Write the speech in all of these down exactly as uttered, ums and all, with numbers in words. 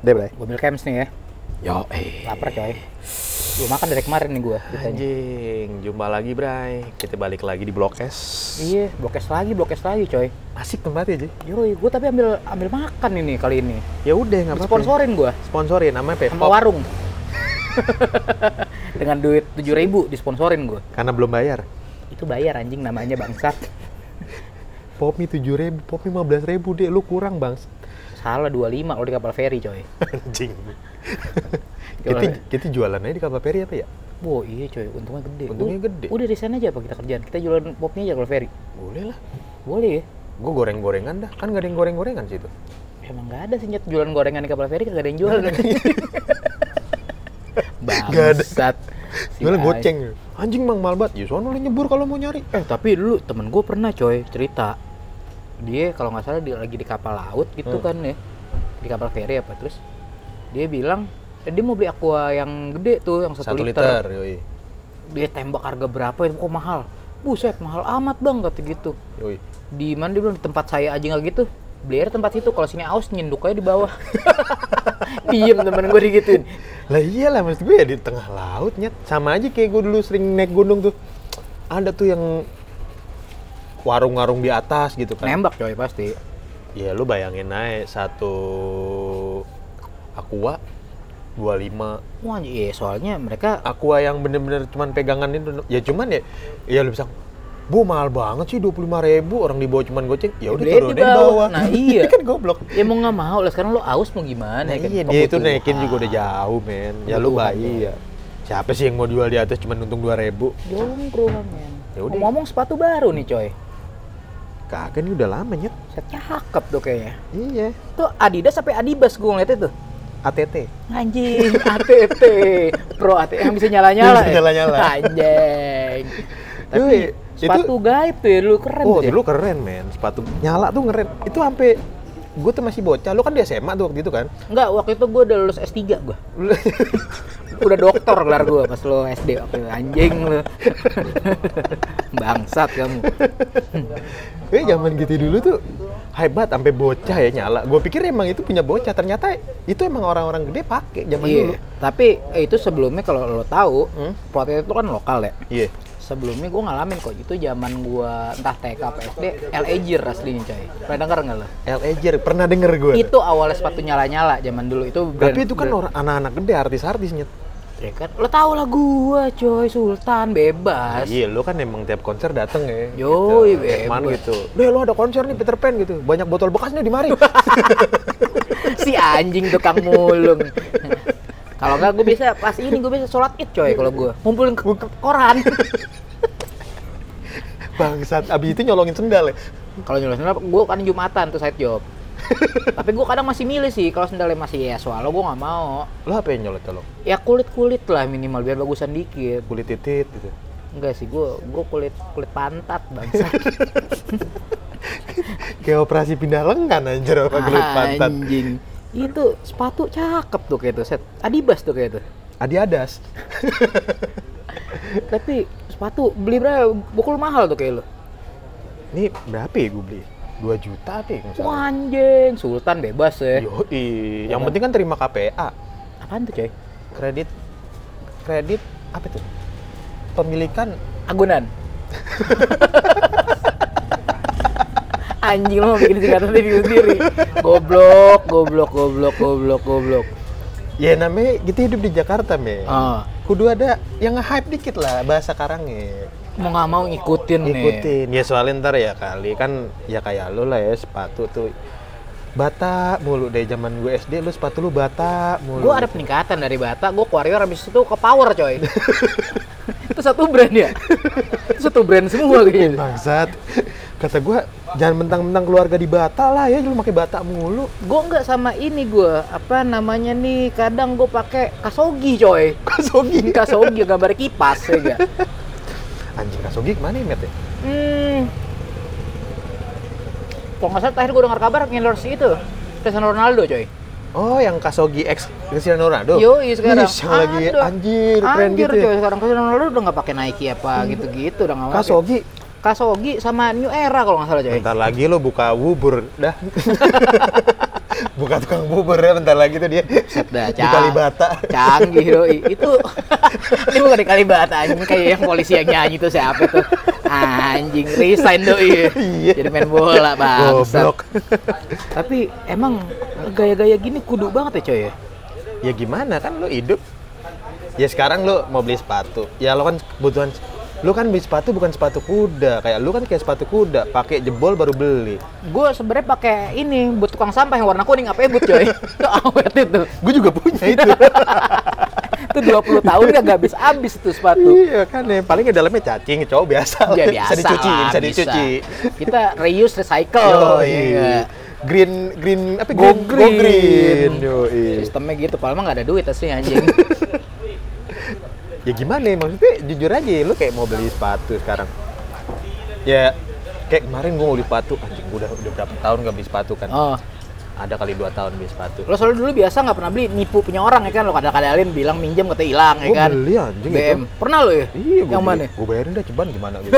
Deh, Bray. Gue ambil camps nih ya. Yo, eh. Lapar coy. Gue makan dari kemarin nih gue. Anjing, jumpa lagi, Bray. Kita balik lagi di Blok S. Iya, Blok S lagi, Blok S lagi coy. Asik tempatnya, Ji. Yoi, gue tapi ambil ambil makan ini kali ini. Ya udah, enggak apa-apa. Sponsorin gue. Sponsorin namanya Pepop. Sama warung. Dengan duit tujuh ribu disponsorin gue. Karena belum bayar. Itu bayar anjing namanya bangsat. Pop mie tujuh ribu, pop mie lima belas ribu deh, lu kurang, Bang. Salah dua puluh lima kalau di kapal feri coy. Anjing. kita, kita jualan aja di kapal feri apa ya? Wow iya coy, untungnya gede. Untungnya U- gede. Udah resign aja apa kita kerjaan? Kita jualan popnya aja kapal feri. Boleh lah. Boleh ya? Gue goreng-gorengan dah, kan gak ada yang goreng-gorengan situ. Emang nggak ada sih nyet jualan gorengan di kapal feri, kagak ada yang jual. Gak ada. Bangsat. Si Jualan Ay. goceng. Anjing Mang Malbat, ya sono lu nyebur kalau mau nyari. Eh tapi dulu temen gue pernah coy cerita. Dia kalau nggak salah dia lagi di kapal laut gitu Hmm. kan ya. Di kapal feri apa terus. Dia bilang eh, dia mau beli aqua yang gede tuh yang satu Satu liter. liter, yoi. Dia tembak harga berapa itu kok mahal. Buset mahal amat bang kata gitu. Yoi. Di mana dia bilang di tempat saya aja nggak gitu. Beli aja tempat situ, kalau sini aus nyenduk aja di bawah. Diem temen gue digituin. Lah iyalah, maksud gue ya di tengah laut, Nyet. Sama aja kayak gue dulu sering naik gunung tuh. Ada tuh yang warung-warung di atas gitu kan. Nembak coy pasti. Ya lu bayangin naik satu aqua dua puluh lima. Wah iya soalnya mereka Aqua yang bener-bener cuman pegangan itu. Ya cuman ya, ya lu bisa, bu mahal banget sih dua puluh lima ribu, orang di bawah cuman goceng. Ya udah Beli turun di di bawah. bawah. Nah, iya. Kan goblok. ya mau nggak mau lah sekarang lo aus mau gimana Nah, ya kan? iya, dia itu Kebutuhan. naikin juga udah jauh, men. Ya lu Kebutuhan, bayi ya. Siapa sih yang mau jual di atas cuma untung dua ribu? Jongkruan men. Ya udah. Ngomong sepatu baru nih coy. Kagak nih udah lama, Nyet. Set cakep tuh kayaknya. Iya. Tuh Adidas sampai Adibas gue ngeliat itu. A T T. Anjing, A T T. Pro A T T yang bisa nyala-nyala. Yang bisa ya? nyala-nyala. Anjing. Tapi Yoi, sepatu itu- gaib ya dulu keren Oh, tuh ya. dulu keren, men. Sepatu nyala tuh keren. Itu sampai gue tuh masih bocah. Lu kan di S M A tuh waktu itu kan? Enggak, waktu itu gue udah lulus S tiga gue. Udah doktor gelar gue pas lo S D waktu itu. Anjing lu. Bangsat kamu. Eh, zaman gitu dulu tuh hebat sampai bocah ya nyala. Gue pikir emang itu punya bocah, ternyata itu emang orang-orang gede pakai zaman Iya, dulu. tapi eh, itu sebelumnya kalau lo tahu, Hmm? Pro A T T itu kan lokal ya. Iya. Sebelumnya gue ngalamin kok, itu zaman gue entah T K apa S D, L Ejir aslinya coy. Pernah denger nggak lo? L Ejer pernah denger gue. Itu awalnya sepatu nyala-nyala zaman dulu itu. Brand, Tapi itu kan brand- orang anak-anak gede, artis-artisnya. ya kan, lo tau lah gue coy, Sultan bebas. Iya, lu kan emang tiap konser dateng ya. Yoi, gitu. Kayak kemana bebas. gitu. Deh, lu ada konser nih Peter Pan gitu. Banyak botol bekasnya di mari. Si anjing tukang mulung. Kalau nggak gue bisa pas ini gue bisa sholat id coy kalau gue ngumpulin ke ke koran. Bangsat, abis itu nyolongin sendal ya. Kalau nyolong sendal gue kan jumatan tuh side job. Tapi gue kadang masih milih sih kalau sendalnya masih ya soalnya gue nggak mau. Lu apa yang nyolot tolong? Ya kulit kulit lah minimal biar bagusan dikit. Kulit titit gitu. Enggak sih gue gue kulit kulit pantat bangsa. Kayak operasi pindah lengan anjir apa kulit pantat. Anjing. Itu sepatu cakep tuh kayak itu set Adibas tuh kayak itu. Adidas. Tapi sepatu beli berapa? Bukul mahal tuh kayak lo. Ini berapa ya gue beli? dua juta apa ya? nggak salah? Wah, anjing, Sultan bebas ya. Yoi, yang penting kan terima K P A. Apaan tuh coy? Kredit, kredit apa tuh? Pemilikan. Agunan. Anjing lo mau bikin singkatan diri sendiri. Goblok, goblok, goblok, goblok, goblok. Ya namanya kita hidup di Jakarta, me. Ah, Kudu ada yang nge-hype dikit lah bahasa karangnya. mau nggak mau ngikutin nih. Ikutin. Ya soalnya ntar ya kali kan ya kayak lu lah ya sepatu tuh Bata mulu deh zaman gue S D, lu sepatu lu Bata mulu. Gue ada peningkatan dari Bata, gue ke Warrior habis itu ke Power coy. Itu satu brand ya? Itu satu brand semua kayaknya. Bangsat. Kata gue jangan mentang-mentang keluarga di Bata lah ya, lu pakai Bata mulu. Gue nggak sama ini gue, apa namanya nih, kadang gue pakai Kasogi coy. Kasogi. Kasogi gambar kipas ya gak? Anjing Kasogi kemana ya, Met ya? Hmm. Kalau nggak salah terakhir gue dengar kabar ngendorse itu Cristiano Ronaldo coy. Oh, yang Kasogi X Cristiano Ronaldo. Yoi sekarang. Wih, yang lagi Ada. anjir, keren Anjir gitu ya. coy, sekarang Cristiano Ronaldo udah nggak pakai Nike apa gitu-gitu, udah nggak pakai. Kasogi. Kasogi sama New Era kalau nggak salah coy. Bentar lagi lo buka Wubur dah. Buka buka tukang bubur ya bentar lagi tuh dia. Set dah, Di Kalibata. Canggih doi. Itu ini bukan di Kalibata anjing, kayak yang polisi yang nyanyi tuh siapa tuh. Anjing, resign doi. Iya. Jadi main bola bangsat. Goblok. Tapi emang gaya-gaya gini kudu banget ya coy ya. Ya gimana kan lu hidup. Ya sekarang lu mau beli sepatu. Ya lo kan kebutuhan, lu kan beli sepatu bukan sepatu kuda. Kayak lu kan kayak sepatu kuda, pakai jebol baru beli. Gue sebenarnya pakai ini buat tukang sampah yang warna kuning, apa ya but coy. Itu awet itu. Gue juga punya itu. Itu dua puluh tahun gak habis-habis tuh sepatu. Iya kan ya, paling di dalamnya cacing, cowok biasa. Ya lah. biasa Bisa dicuci, lah, bisa dicuci. Kita reuse, recycle. Yoi. Iya. Green, green, apa Go green? green. Go green. Yoi. Sistemnya gitu, padahal mah gak ada duit asli anjing. Ya gimana ya, maksudnya jujur aja, lu kayak mau beli sepatu sekarang. Ya, kayak kemarin gue mau beli sepatu, anjing gue udah, udah berapa tahun gak beli sepatu kan. Oh. Ada kali dua tahun beli sepatu. Lo soalnya dulu biasa nggak pernah beli, nipu punya orang ya kan, lo kadal-kadalin bilang minjem kata hilang ya Gue kan. beli anjing B M. itu. Pernah lo ya? Iya, gue Yang mana? Gue bayarin dah ceban gimana gitu.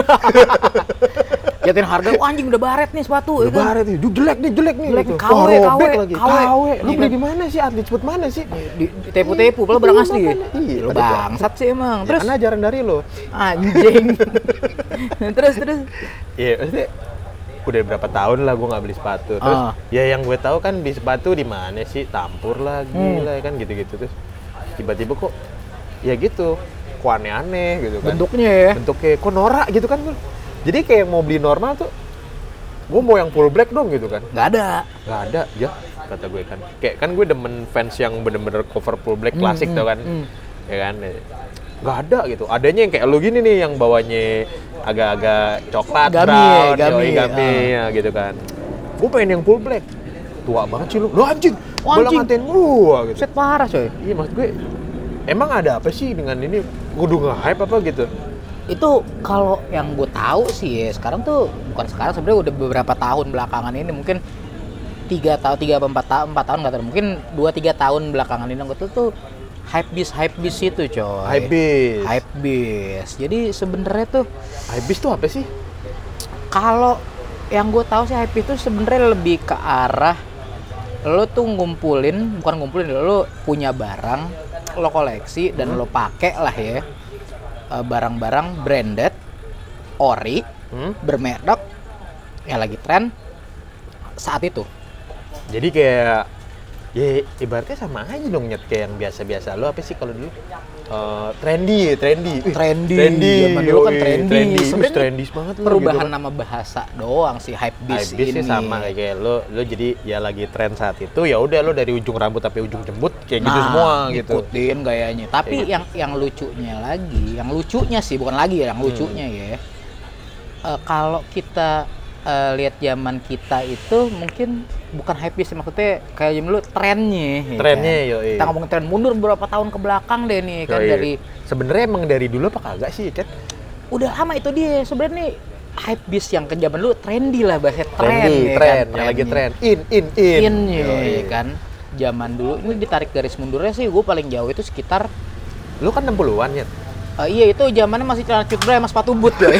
Liatin harga, wah anjing udah baret nih sepatu Udah ya kan. baret nih, duh jelek nih, jelek nih. Jelek gitu. nih, K W, Wah, robek K W, lagi. K W. K W. Lu Iya. beli di mana sih? Atlet cepet mana sih? Di, di tepu-tepu, padahal barang asli. Iya, makanya. Lo Iya, bangsat sih emang. Terus? Terus Karena ajaran dari lo. anjing. terus terus. Iya, maksudnya udah berapa tahun lah gue nggak beli sepatu. Terus Ah. ya yang gue tahu kan beli sepatu di mana sih? Tampur lagi Hmm. lah kan gitu-gitu. Terus tiba-tiba kok ya gitu, kok aneh-aneh gitu kan. Bentuknya ya. Bentuknya kok norak gitu kan. Jadi kayak mau beli normal tuh, gue mau yang full black dong gitu kan. Nggak ada. Nggak ada, ya kata gue kan. Kayak kan gue demen fans yang bener-bener cover full black klasik Hmm, tuh kan. hmm. Ya kan. Nggak ada gitu. Adanya yang kayak lu gini nih, yang bawanya agak-agak coklat, Gami, brown, gami, yoi, gami ah. ya gitu kan. Gue pengen yang full black. Tua banget sih lu. Lu anjing. Oh, Bola anjing. ngatain gua gitu. Set parah coy. Iya maksud gue, emang ada apa sih dengan ini? Kudu nge-hype apa gitu? Itu kalau yang gue tahu sih ya, sekarang tuh bukan sekarang, sebenarnya udah beberapa tahun belakangan ini, mungkin tiga tahun tiga atau empat tahun empat tahun nggak tahu, mungkin dua tiga tahun belakangan ini gue tuh tuh hype beast hype beast itu coy. Hype beast. Hype beast. Jadi sebenarnya tuh Hype beast tuh apa sih? kalau yang gue tahu sih hype beast itu sebenarnya lebih ke arah lo tuh ngumpulin, bukan ngumpulin, lo punya barang, lo koleksi dan Hmm. lo pakai lah ya, eh, barang-barang branded, ori, Hmm? bermerek, yang lagi tren saat itu. Jadi kayak ya ibaratnya sama aja dong Nyet, kayak yang biasa-biasa. Lo apa sih kalau dulu? Eh, trendy, trendy. Ih, Trendy. trendy. Zaman dulu kan yoi, trendy. trendy. Sebenarnya Wih, trendy banget lo Perubahan gitu. nama bahasa doang sih hype beast Hype beast ini. sih sama kayak, kayak lo, lo jadi ya lagi tren saat itu, ya udah lo dari ujung rambut sampai ujung jembut kayak gitu Nah, semua gitu. ikutin gayanya. Tapi Kayak gitu. yang yang lucunya lagi, yang lucunya sih bukan lagi ya, yang Hmm. lucunya ya. eh, kalau kita eh, lihat zaman kita itu mungkin bukan hype beast, maksudnya kayak zaman dulu trennya. ya Trennya, kan? yoi. Kita ngomongin tren mundur beberapa tahun ke belakang deh nih kan, Yoi. dari sebenarnya emang dari dulu apa kagak sih kan? udah lama itu dia sebenarnya nih hype beast yang ke zaman dulu trendy lah, bahasa tren, Trendy, ya tren, kan? yang lagi Trennya. tren. In, in, in. In ya, Yoi. ya kan. Zaman dulu ini ditarik garis mundurnya sih, gue paling jauh itu sekitar Lo kan enam puluhan ya? eh, iya itu zamannya masih celana cut bra sama sepatu boot coy.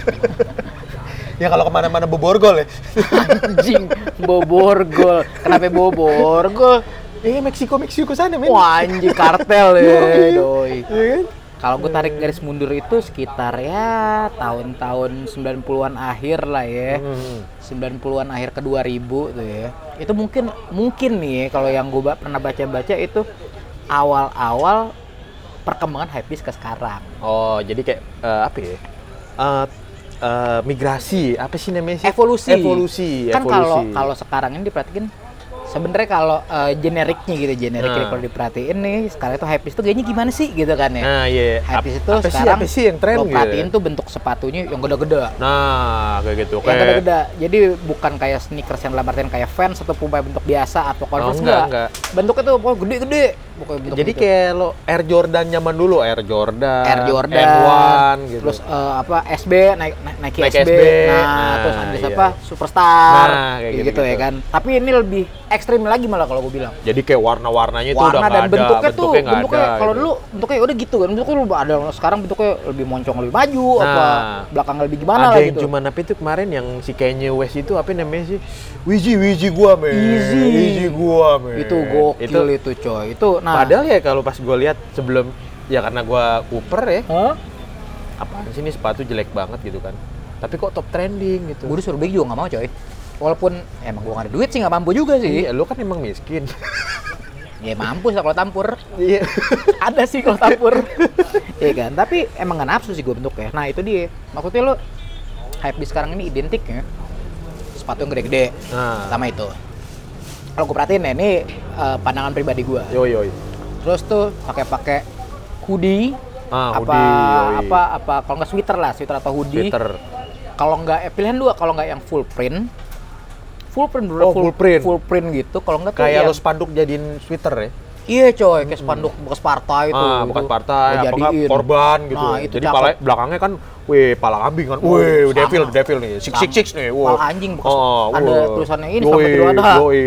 Ya kalau kemana-mana boborgol ya. Anjing, boborgol. Kenapa boborgol? Eh Meksiko, Meksiko sana men. Wah anjing, kartel ya, Yoi. doi. Iya kan? Kalau gue tarik garis mundur itu sekitar ya tahun-tahun sembilan puluhan akhir lah ya. Hmm. sembilan puluhan akhir ke dua ribu tuh ya. Itu mungkin mungkin nih ya, kalau yang gue pernah baca-baca itu awal-awal perkembangan hypebeast ke sekarang. Oh, jadi kayak eh, apa ya? Eh, eh, migrasi, apa sih namanya sih? Evolusi. Evolusi. Kan evolusi. kalau kalau sekarang ini diperhatiin, sebenarnya kalau eh, generiknya gitu, generiknya Nah. kalau diperhatiin nih, sekarang itu hypebeast tuh kayaknya gimana sih gitu kan ya. Nah, iya. Hypebeast Ap- itu apa sih, sekarang apa sih yang tren lo gitu? perhatiin tuh bentuk sepatunya yang gede-gede. Nah, kayak gitu. Yang Kayak gede-gede. Jadi bukan kayak sneakers yang dalam artian kayak Vans atau Puma bentuk biasa atau Converse, Oh, enggak, enggak. enggak. Bentuknya tuh oh, gede-gede, pokoknya bentuk Jadi gitu. kayak lo Air Jordan zaman dulu, Air Jordan, Air Jordan, M satu gitu. terus eh, apa S B naik naik Nike, Nike S B, S B, nah, nah, terus ada iya. apa Superstar, Nah, kayak gitu, gitu-gitu. ya kan. Tapi ini lebih ekstrim lagi malah kalau gue bilang. Jadi kayak warna-warnanya itu udah Warna nggak dan ada, bentuknya tuh, nggak bentuknya ada, kalau gitu. dulu bentuknya udah gitu kan, bentuknya lu ada sekarang bentuknya lebih moncong lebih maju, Nah, apa belakang lebih gimana ada lah yang gitu. cuma apa itu kemarin yang si Kanye West itu apa namanya sih? Wiji Wiji gua men. Easy. Wiji gua men. Itu gokil itu, coy. Itu nah. Padahal ya kalau pas gue lihat sebelum ya karena gua Cooper ya, Hah? apaan sih ini sepatu jelek banget gitu kan. Tapi kok top trending gitu. Gue disuruh beli juga nggak mau, coy. Walaupun emang gue nggak ada duit sih, nggak mampu juga sih. Iya, lu kan emang miskin. Ya mampu sih kalau tampur. Iya. Ada sih kalau tampur. Iya kan, tapi emang nggak nafsu sih gue bentuknya. Nah itu dia. Maksudnya lo hype di sekarang ini identik ya. Sepatu yang gede-gede. Nah. Sama itu. Kalau gue perhatiin ya, ini uh, pandangan pribadi gue. Yo yo. Terus tuh pakai-pakai hoodie. Ah, apa hoodie, yoi. apa apa kalau nggak sweater lah, sweater atau hoodie. Twitter. Kalau nggak eh, pilihan dua, kalau nggak yang full print. Full print dulu, Oh, full print. Full print gitu. Kalau nggak tuh Kayak yang- lo spanduk jadiin sweater ya? Iya coy, kayak spanduk bekas partai itu. Ah, bekas gitu. partai, Lo apa nggak jadiin. korban gitu. Nah, itu Jadi cakep. pala, belakangnya kan, wih, pala kambing kan. Oh, Wih, sama. devil, devil nih. Six six six nih. Wah. Pala anjing bekas Oh, ada wah. tulisannya ini Yoi, sampai Idul Adha. yoi.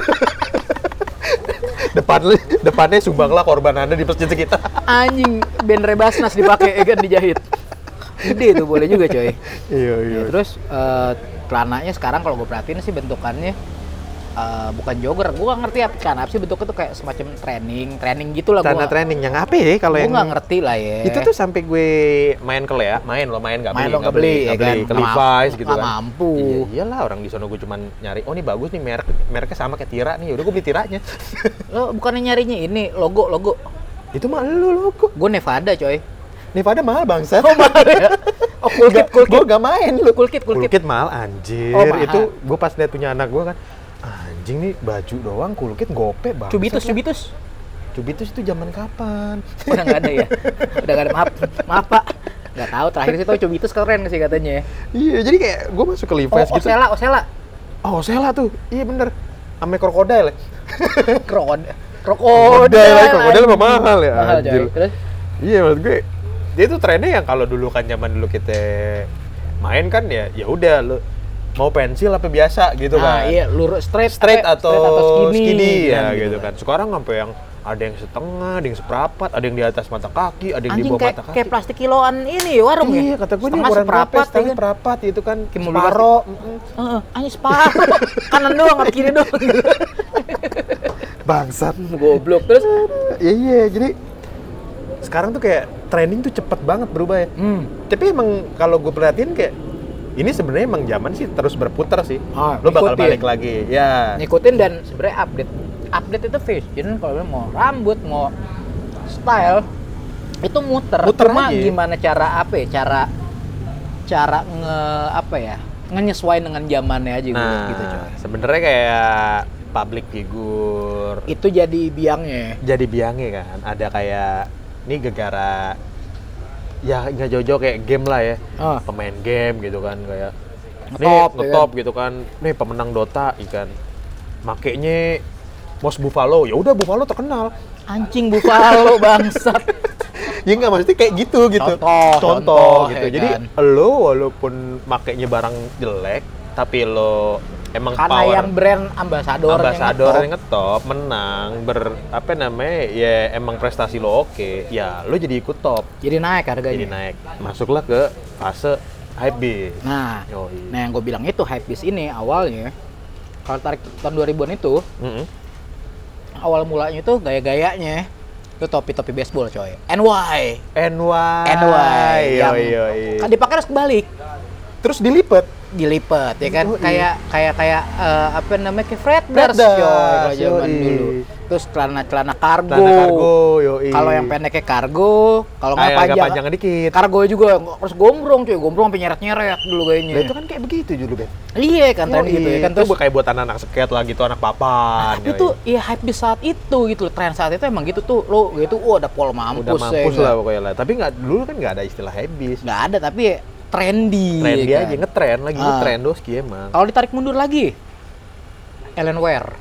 Depan depannya sumbanglah korban Anda di masjid kita. Anjing, band Rebasnas dipakai ya kan dijahit. Gede tuh boleh juga coy. Iya, iya. Ya, terus eh, celananya sekarang kalau gue perhatiin sih bentukannya eh, bukan jogger. Gue gak ngerti apa celana apa sih bentuknya tuh kayak semacam training, training gitu lah. Celana Gue training yang apa ya kalau gue yang nggak ngerti lah ya. itu tuh sampai gue main ke Lea, main lo main nggak beli, main lo nggak beli, ya nggak kan? beli, ke Nggak mampu- Levi's gitu nggak kan. mampu. Iya, iyalah orang di sono gue cuman nyari, oh ini bagus nih merek mereknya sama kayak Tira nih, udah gue beli Tiranya. Lo bukannya nyarinya ini logo logo? Itu mah lu logo. Gue Nevada coy. Nevada mahal bangsa. Oh mahal ya? Oh cool kit, cool Gue kit. gak main lu. Cool kit, cool kit. mahal anjir. Oh, mahal. Itu gue pas lihat punya anak gue kan, anjing nih baju doang cool kit gope banget. Cubitus, cubitus. Cubitus itu zaman kapan? Udah nggak ada ya? Udah nggak ada, maaf, maaf pak. Nggak tahu, terakhir sih tau Cubitus keren sih katanya ya. Iya, jadi kayak gue masuk ke Oh, Levi's gitu. Osela, Osela. Oh, Sela tuh. Iya bener. Ame krokodil. Krokod. Krokodil, lagi krokodil mah mahal ya. Mahal anjir. coy. Terus? Iya, maksud gue. Dia tuh trennya yang kalau dulu kan zaman dulu kita main kan ya, ya udah lu mau pensil apa biasa gitu Nah, kan. iya, lurus straight, Straight apa, atau, straight atau skinny, skinny, ya kan, gitu kan. Sekarang sampai yang ada yang setengah, ada yang seperempat, ada yang di atas mata kaki, ada yang di Anjing bawah kayak, mata kaki. kayak plastik kiloan ini warung ya? Iya, kata gue ini Setengah ukuran berapa, seperempat, setengah ya kan? seperempat itu kan Kayak mau beli separo. Mm-mm. Heeh, anjing separuh. Kanan doang, apa kiri doang. Bangsat. Goblok. Terus? Iya, iya, jadi sekarang tuh kayak trending tuh cepet banget berubah ya. Hmm. Tapi emang kalau gue perhatiin kayak ini sebenarnya emang zaman sih terus berputar sih. Ah, Lo bakal ikutin. balik lagi. Ya. Ngikutin dan sebenarnya update. Update itu fashion, kalau mau rambut, mau style, itu muter. Muter Cuma aja. gimana cara apa ya? Cara cara nge apa ya? Ngenyesuaiin dengan zamannya aja Nah, gitu coy. sebenarnya kayak public figure Itu jadi biangnya. jadi biangnya kan. Ada kayak ini gegara ya nggak jauh-jauh kayak game lah ya. Ah. Pemain game gitu kan kayak Ngetop, nih ya ngetop gitu kan. Nih pemenang Dota ikan. Makainya Mos Buffalo. Ya udah Buffalo terkenal. Anjing Buffalo bangsat. Ya nggak maksudnya kayak gitu gitu. Contoh, contoh, contoh, gitu. ya Jadi kan? lo walaupun makainya barang jelek, tapi lo emang Karena power yang brand ambasador ambasador yang ngetop, menang, ber apa namanya ya emang prestasi lo oke, ya lo jadi ikut top, jadi naik harganya. jadi naik, masuklah ke fase hypebeast. Nah, Yoi. nah yang gue bilang itu hypebeast ini awalnya kalau tarik tahun dua ribuan itu Mm-mm. awal mulanya itu gaya-gayanya itu topi-topi baseball coy. N Y. N Y. N Y yang Yoi, yoi. kan dipakai harus kebalik, Terus dilipet. dilipat ya kan, Yoi. kayak kayak kayak eh, apa namanya kayak Fredbear's Fredbear's, coy kalau zaman yoi. dulu. Terus celana-celana kargo. Celana kargo, yoi. Kalau yang pendeknya kargo, kalau nggak Kayak agak panjang, panjang dikit. kargo juga harus gombrong coy, gombrong sampai nyeret-nyeret dulu kayaknya. Nah, itu kan kayak begitu dulu, Ben. Iya kan tren Yoi. gitu ya kan, Itu terus kayak buat anak-anak skate lah gitu, anak papan. itu ya hype di saat itu gitu loh, tren saat itu emang gitu tuh lo gitu, oh ada pol mampus, Udah mampus ya, lah nggak? pokoknya lah. Tapi nggak dulu kan nggak ada istilah hypebeast. Nggak ada tapi ya, trendy, Trendy ya aja, kan? ngetren lagi Ah. ngetren doski emang. Kalau ditarik mundur lagi, Ellen Wear.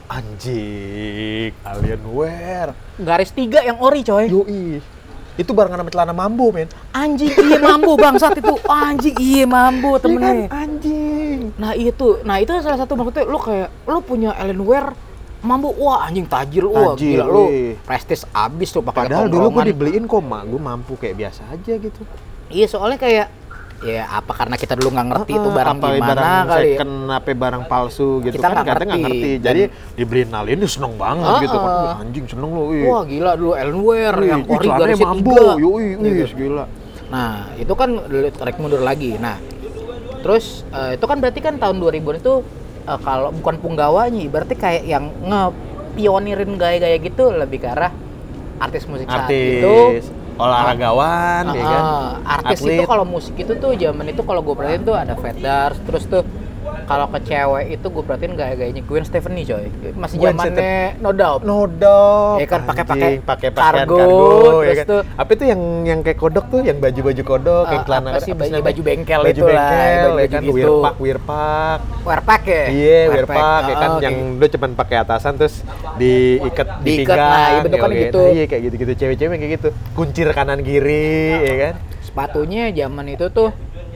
Anjing, Alienware. Garis tiga yang ori coy. Yoi. Itu barengan sama celana Mambo, men. Anjing iya mambo bangsat itu. Anjing iya mambo Iya kan? temennya. Anjing. Nah itu, nah itu salah satu maksudnya lu kayak lu punya Alienware mambo, wah anjing tajir, wah Tajir, gila lu wih. prestis abis tuh pakai Padahal dulu gue tongkrongan. dibeliin kok, mak. Gue mampu kayak biasa aja gitu. Iya soalnya kayak ya apa karena kita dulu nggak ngerti itu Ah, barang apa gimana barang kali. second, apa barang palsu gitu Kita kan nggak katanya nggak ngerti. ngerti. Dan- Jadi dibeliin Alien dia seneng banget Ah, gitu kan. ah. Wih, anjing seneng lo. Wih. Wah gila dulu Alienware Wih, yang ih, ori celananya garisnya Mambo. tiga. Yoi, wih, Gitu. gila. Nah itu kan tarik mundur lagi. Nah terus eh, itu kan berarti kan tahun dua ribuan itu eh, kalau bukan punggawanya, berarti kayak yang ngepionirin gaya-gaya gitu lebih ke arah artis musik saat itu. Artis, olahragawan, ya kan. Ah, artis Atlet. itu kalau musik itu tuh zaman itu kalau gue perhatiin tuh ada Fat Dars, terus tuh kalau ke cewek itu gue perhatiin gaya-gayanya Gwen Stefani coy, masih Gwen zamannya No Doubt. No doubt. Ya kan, pakai-pakai Anjing, pakai pakaian kargo, kargo, ya terus kan. tuh- Apa itu yang yang kayak kodok tuh, yang baju-baju kodok, yang Ah, celana apa sih, apa baju- namanya? baju bengkel baju itu lah, bengkel, baju-baju ya kan, gitu. wirpak, wirpak. Wearpack ya? Iya, Wearpack. wirpak, ya kan, Ah, yang kayak- lu cuman pakai atasan terus diikat di Diikat, pinggang. nah, iya, bentukannya ya, gitu. Nah, iya kayak gitu-gitu, cewek-cewek kayak gitu. Kuncir kanan kiri, ya kan. Sepatunya zaman itu tuh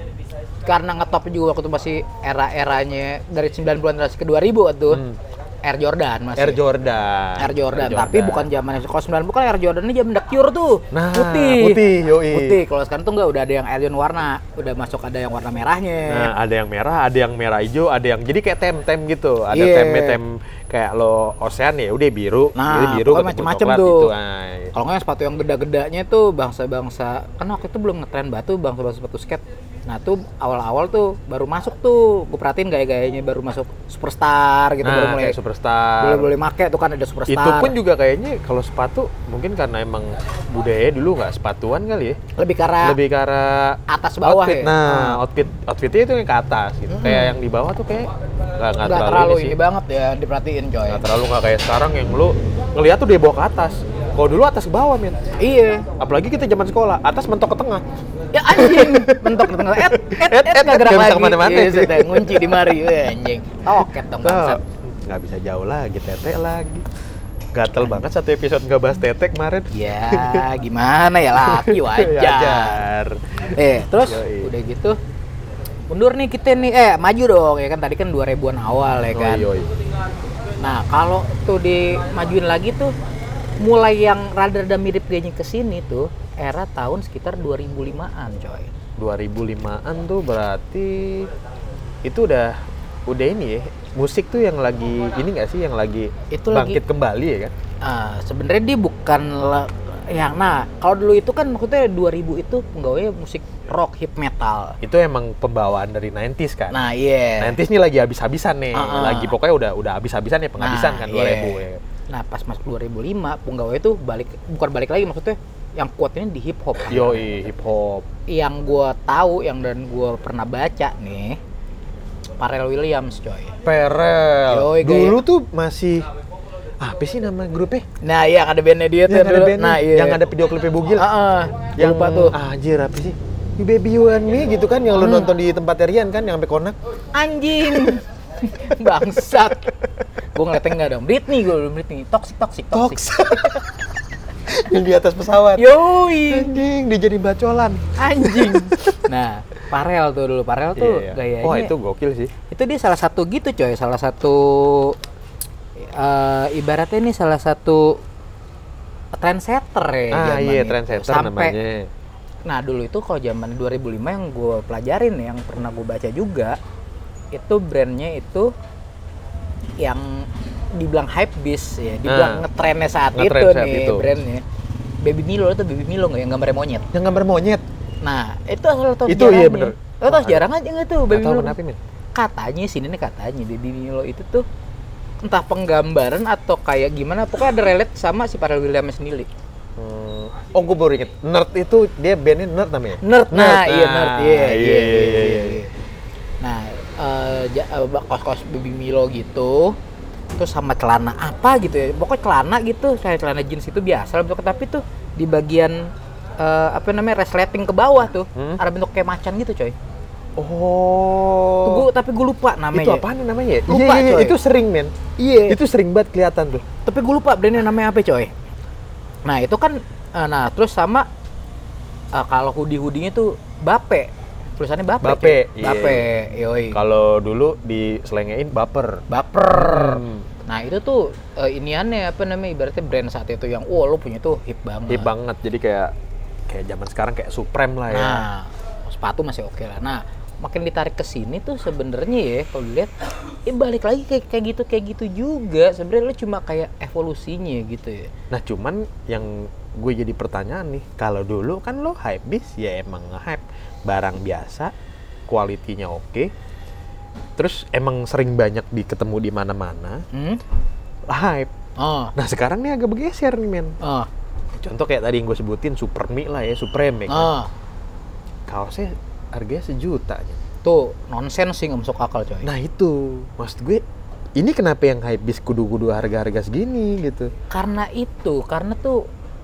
karena ngetop juga waktu itu masih era-eranya dari sembilan puluhan ke dua ribu tuh. Hmm. Air Jordan masih. Air Jordan. Air Jordan, tapi bukan zaman kalau sembilan puluh kan Air Jordan ini zaman The Cure tuh. Nah, putih. putih, yoi. Putih. Kalau sekarang tuh enggak, udah ada yang alien warna, udah masuk ada yang warna merahnya. Nah, ada yang merah, ada yang merah hijau, ada yang jadi kayak tem-tem gitu. Ada Iya. temnya tem kayak lo Ocean ya, udah biru, Nah, jadi biru pokoknya ketemu macem-macem coklat tuh. gitu. Ay. Kalau nggak yang sepatu yang geda-gedanya tuh bangsa-bangsa, kan waktu itu belum ngetren batu, bangsa-bangsa sepatu skate. Nah tuh awal-awal tuh baru masuk tuh, gue perhatiin gaya-gayanya baru masuk superstar gitu, baru Nah, mulai kayak superstar. boleh boleh make tuh kan ada superstar. Itu pun juga kayaknya kalau sepatu mungkin karena emang budaya dulu nggak sepatuan kali ya. lebih ke arah Lebih ke arah atas bawah outfit. ya. Nah, Hmm. outfit outfitnya itu yang ke atas gitu. Mm-mm. Kayak yang di bawah tuh kayak nggak nggak nggak terlalu, terlalu ini ini sih. banget ya diperhatiin coy. Nggak terlalu nggak kayak sekarang yang lu ngeliat tuh dia bawa ke atas. Kalau dulu atas ke bawah, men. Iya. Apalagi kita zaman sekolah, atas mentok ke tengah. Ya anjing, mentok di tengah. Et, et, Et, et, et, nggak et, gerak nggak bisa lagi. kemana-mana. Iya, sudah ngunci di mari, Weh, anjing. Toket dong Tuh, bangsat. nggak bisa jauh lagi, tete lagi. Gatel banget satu episode nggak bahas tete kemarin. Ya, gimana ya laki wajar. Wajar. Eh, terus Yoi. udah gitu mundur nih kita nih, eh maju dong ya kan, tadi kan dua ribuan awal ya kan. Oi, oi. Nah, kalau tuh dimajuin lagi tuh mulai yang rada-rada mirip gayanya ke sini tuh era tahun sekitar dua ribu limaan coy. dua ribu limaan tuh berarti itu udah udah ini ya, musik tuh yang lagi ini nggak sih, yang lagi Itu bangkit lagi- kembali ya kan? Ah, sebenarnya dia bukan le- yang nah, kalau dulu itu kan maksudnya dua ribu itu penggawanya musik rock, hip metal. Itu emang pembawaan dari sembilan puluhan kan? Nah, iya. sembilan puluhan ini lagi habis-habisan nih, Uh-uh. lagi pokoknya udah udah habis-habisan ya, penghabisan Nah, kan dua ribu iya. ya. Nah, pas masuk dua ribu lima, penggawanya itu balik, bukan balik lagi maksudnya, yang kuatnya di hip hop. Yoi, hip hop. Yang gua tahu, yang dan gua pernah baca nih, Pharrell Williams coy. Perel. Yoi, gaya- Dulu tuh masih apa sih nama grupnya? Nah, iya ada bandnya dia tuh Yang ada dulu. bandnya, Nah, iya. yang ada video klipnya Bugil. Heeh. Yang lupa tuh. anjir apa sih? You Baby You and Me gitu kan, yang lu Hmm. nonton di tempat Rian kan, yang sampai konak. Anjing. Bangsat. Gua ngeliatnya enggak dong. Britney gua belum Britney. Toxic, toxic, toxic. Tox. Yang di atas pesawat. Yoi. Anjing, dia jadi bacolan. Anjing. Nah, Pharrell tuh dulu. Pharrell tuh Iya, iya. gayanya. Wah, itu gokil sih. Itu dia salah satu gitu coy, salah satu eh, ibaratnya ini salah satu trendsetter ya Ah zaman iya, itu. trendsetter Sampai, namanya. nah dulu itu kalau zaman dua ribu lima yang gue pelajarin, yang pernah gue baca juga, itu brandnya itu yang dibilang hype beast ya, dibilang Ah, ngetrennya saat ngetren itu saat nih itu. brandnya. Baby Milo itu Baby Milo nggak yang gambarnya monyet. Yang gambar monyet. Nah itu asal tau Itu sejarahnya. iya bener. Lo tau Oh, sejarah aja nggak tuh Gak Baby tau Milo? kenapa, Min. Katanya sini nih katanya Baby Milo itu tuh entah penggambaran atau kayak gimana, pokoknya ada relate sama si Pharrell Williams sendiri. Hmm. Oh, gue baru inget. Nerd itu dia bandnya Nerd namanya. Nerd, nah, iya Nah, nerd, iya, iya, iya, iya, iya. Nah, eh, ja- eh, kos-kos Baby Milo gitu, terus sama celana apa gitu ya, pokoknya celana gitu, kayak celana jeans itu biasa bentuk, tapi tuh di bagian eh, apa namanya resleting ke bawah tuh, Hmm. ada bentuk kayak macan gitu coy. Oh. Tuh, gua, tapi gue lupa namanya. Itu apaan namanya? Lupa, iya, iya, coy. itu sering, men. Iya. Itu sering banget kelihatan tuh. Tapi gue lupa brandnya namanya apa, coy. Nah, itu kan uh, nah terus sama uh, kalau hoodie-hoodie-nya tuh Bape. Tulisannya Bape. Bape. Coy. Bape. Yoi. Kalau dulu diselengein baper. Baper. Hmm. Nah, itu tuh uh, iniannya apa namanya ibaratnya brand saat itu yang wah lo punya tuh hip banget. Hip banget. Jadi kayak kayak zaman sekarang kayak Supreme lah ya. Nah, sepatu masih oke lah. Nah, makin ditarik ke sini tuh sebenarnya ya kalau dilihat ya balik lagi kayak kayak gitu kayak gitu juga. Sebenarnya lo cuma kayak evolusinya gitu ya. Nah, cuman yang gue jadi pertanyaan nih, kalau dulu kan lo hypebeast ya emang nge-hype barang biasa, kualitinya oke. Terus emang sering banyak diketemu di mana-mana. Hmm? Hype. Oh. Nah, sekarang nih agak bergeser nih, men. Oh. Contoh kayak tadi yang gue sebutin Supermi lah ya, Supreme ya kan. Oh. Kaosnya harganya sejuta aja. Tuh nonsens sih nggak masuk akal, coy. Nah itu, maksud gue, ini kenapa yang hypebeast kudu-kudu harga-harga segini gitu? Karena itu, karena tuh,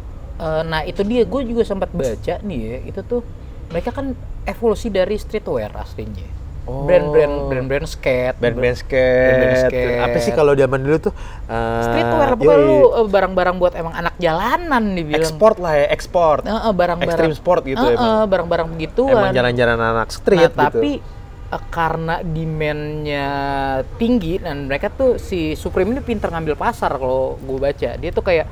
uh, nah itu dia, gue juga sempat baca nih ya, itu tuh mereka kan evolusi dari streetwear aslinya. Oh. Brand-brand, brand-brand skate, Band-band Band-band skate. skate. Apa sih kalau zaman dulu tuh? Uh, streetwear, pokoknya lu uh, barang-barang buat emang anak jalanan dibilang. Ekspor lah ya, ekspor. Uh, uh, barang-barang. Extreme sport gitu uh, emang. Uh, barang-barang begituan. Emang jalan-jalan anak street nah, gitu. tapi uh, karena demand-nya tinggi dan mereka tuh si Supreme ini pinter ngambil pasar kalau gue baca. Dia tuh kayak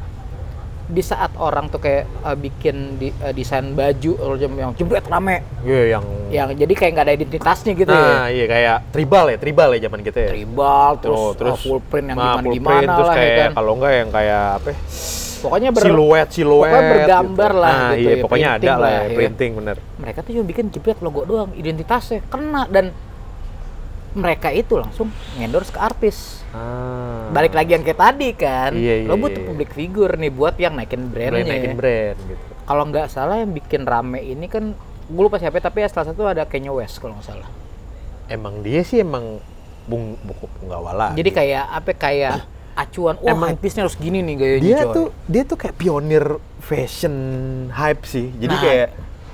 di saat orang tuh kayak uh, bikin di, uh, desain baju yang jebret rame. Iya, yeah, yang yang jadi kayak nggak ada identitasnya gitu nah, ya. iya kayak tribal ya, tribal ya zaman kita ya. Tribal terus, oh, terus uh, full print yang nah, gimana full gimana print, terus lah kayak, ya kan. Kalau enggak yang kayak apa? Pokoknya ber, siluet, siluet. Pokoknya bergambar gitu. lah nah, gitu iya, ya. pokoknya ada lah ya, ya. printing bener. Mereka tuh cuma bikin jebret logo doang, identitasnya kena dan mereka itu langsung endorse ke artis. Ah. Balik lagi yang kayak tadi kan, iya, iya, lo butuh iya. public figure nih buat yang naikin brandnya. Naikin brand gitu. Kalau nggak salah yang bikin rame ini kan, gue lupa siapa tapi ya salah satu ada Kanye West kalau nggak salah. Emang dia sih emang bung buku penggawala. Jadi kayak apa kayak acuan, wah Emang hypebeastnya harus gini nih gayanya dia coy. tuh dia tuh kayak pionir fashion hype sih. Jadi Nah, kayak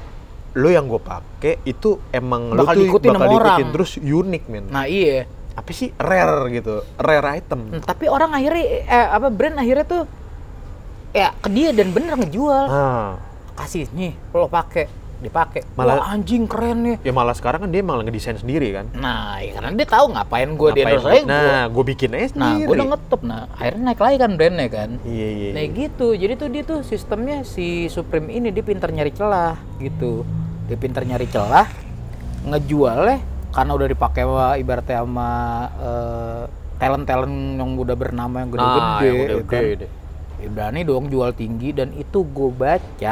lo yang gue pakai itu emang bakal lo tuh diikutin bakal sama diikutin orang. terus unik, men. Nah iya. Apa sih rare gitu, rare item. Hmm, tapi orang akhirnya eh, apa brand akhirnya tuh ya ke dia dan bener ngejual. Ah. Kasih nih lo pakai, dipakai. Malah- Wah anjing keren nih. Ya malah sekarang kan dia malah ngedesain sendiri kan. Nah, ya karena dia tahu ngapain gue di Ngapain endorse gua- aja. Nah, gue bikin aja Nah, sendiri. gue udah ngetop. Nah, akhirnya naik lagi kan brandnya kan. Iya, iya. Nah gitu, jadi tuh dia tuh sistemnya si Supreme ini dia pinter nyari celah gitu. Dia pinter nyari celah, ngejualnya karena udah dipakai sama ibaratnya sama uh, talent-talent yang udah bernama yang gede-gede. Nah, yang udah ya gede kan. deh. Ya berani dong jual tinggi dan itu gue baca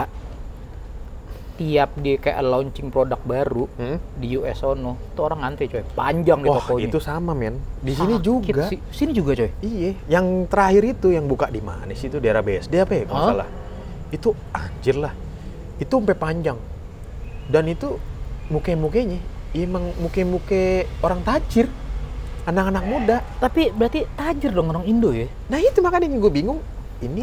tiap dia kayak launching produk baru Hmm? di U S sono, tuh orang ngantri coy, panjang di Wah, tokonya. itu sama, men. Di sini Sakit juga. sih. Sini juga coy. Iya, yang terakhir itu yang buka di mana sih itu daerah B S D apa ya kalau Hah? salah. Itu anjir lah. Itu sampai panjang. Dan itu muke-mukenya emang muke-muke orang tajir. Anak-anak muda. Tapi berarti tajir dong orang Indo ya? Nah, itu makanya yang gue bingung. Ini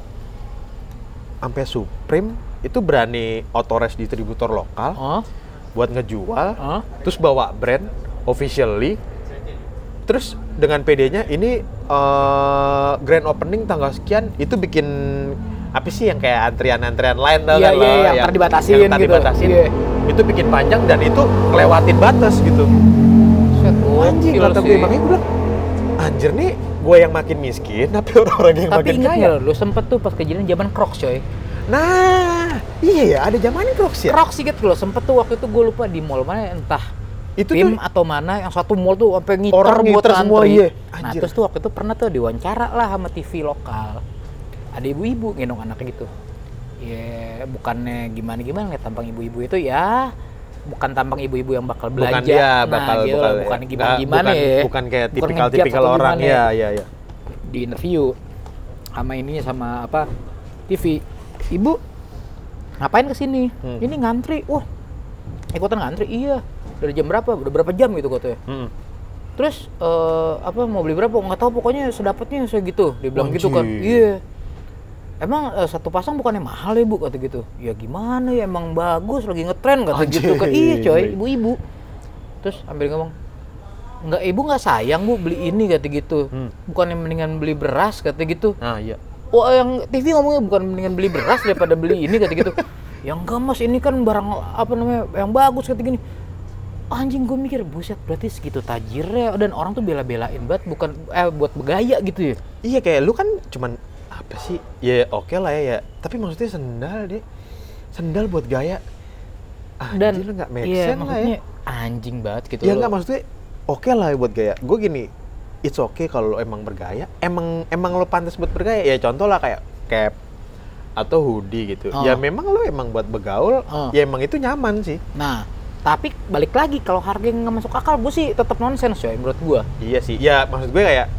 sampai Supreme itu berani authorize distributor lokal Oh, buat ngejual, oh. terus bawa brand officially, terus dengan P D-nya ini uh, grand opening tanggal sekian, itu bikin apa sih yang kayak antrian-antrian lain tau Iya, kan iya, lo, yang ntar dibatasin yang ntar gitu. dibatasin. Iya. Itu bikin panjang dan itu ngelewatin batas gitu. Set, Anjing gokil kata sih. gue, makanya gue bilang anjir nih gue yang makin miskin tapi orang-orang yang Tapi makin ingat kaya. nggak lo, lu sempet tuh pas kejadian zaman Crocs coy. Nah, iya ya, ada zamannya Crocs ya. Crocs sih gitu lo, sempet tuh waktu itu gue lupa di mall mana entah Itu P I M tuh atau mana yang satu mall tuh sampai ngiter orang buat ngiter semua, ngantri. iya. Nah Anjir. terus tuh waktu itu pernah tuh diwawancara lah sama T V lokal. Ada ibu-ibu gendong anaknya gitu. Ya bukannya gimana-gimana lihat tampang ibu-ibu itu ya bukan tampang ibu-ibu yang bakal belanja. bukan dia bakal nah, gitu bakal loh, bukan ya. gimana-gimana Nggak, bukan, ya. bukan kayak Bukan tipikal-tipikal ngejudge atau orang gimana ya, ya, ya. Di interview sama ininya sama apa T V. Ibu ngapain kesini? Hmm. Ini ngantri. Wah, ikutan ngantri? Iya. Dari jam berapa? Udah berapa jam gitu katanya. Hmm. Terus eh, apa mau beli berapa? Nggak tahu pokoknya sedapatnya segitu. Dia bilang gitu kan. Anjir. Iya. Emang eh, satu pasang bukannya mahal ya bu? Kata gitu. Ya gimana ya emang bagus lagi ngetren kata Anjir. gitu kan. Iya coy, ibu-ibu. Terus ambil ngomong, nggak ibu nggak sayang bu beli ini kata gitu. Hmm. Bukan yang mendingan beli beras kata gitu. Nah iya. Wah yang T V ngomongnya bukan mendingan beli beras daripada beli ini kata gitu. Ya enggak mas, ini kan barang apa namanya yang bagus kata gini. Anjing, gue mikir buset berarti segitu tajirnya, dan orang tuh bela-belain banget bukan eh buat bergaya gitu ya. Iya kayak lu kan cuman apa sih? Ya oke lah ya, ya. Tapi maksudnya sendal deh. Sendal buat gaya. Anjir, Dan lu nggak make iya, sense lah ya. maksudnya anjing banget gitu. Ya loh. nggak, maksudnya oke lah buat gaya. Gue gini, it's okay kalau lo emang bergaya. Emang emang lo pantas buat bergaya. Ya contoh lah kayak cap atau hoodie gitu. Oh. Ya memang lo emang buat bergaul. Oh. Ya emang itu nyaman sih. Nah, tapi balik lagi kalau harganya nggak masuk akal, gue sih tetap nonsens coy menurut gue. Iya sih. Ya maksud gue kayak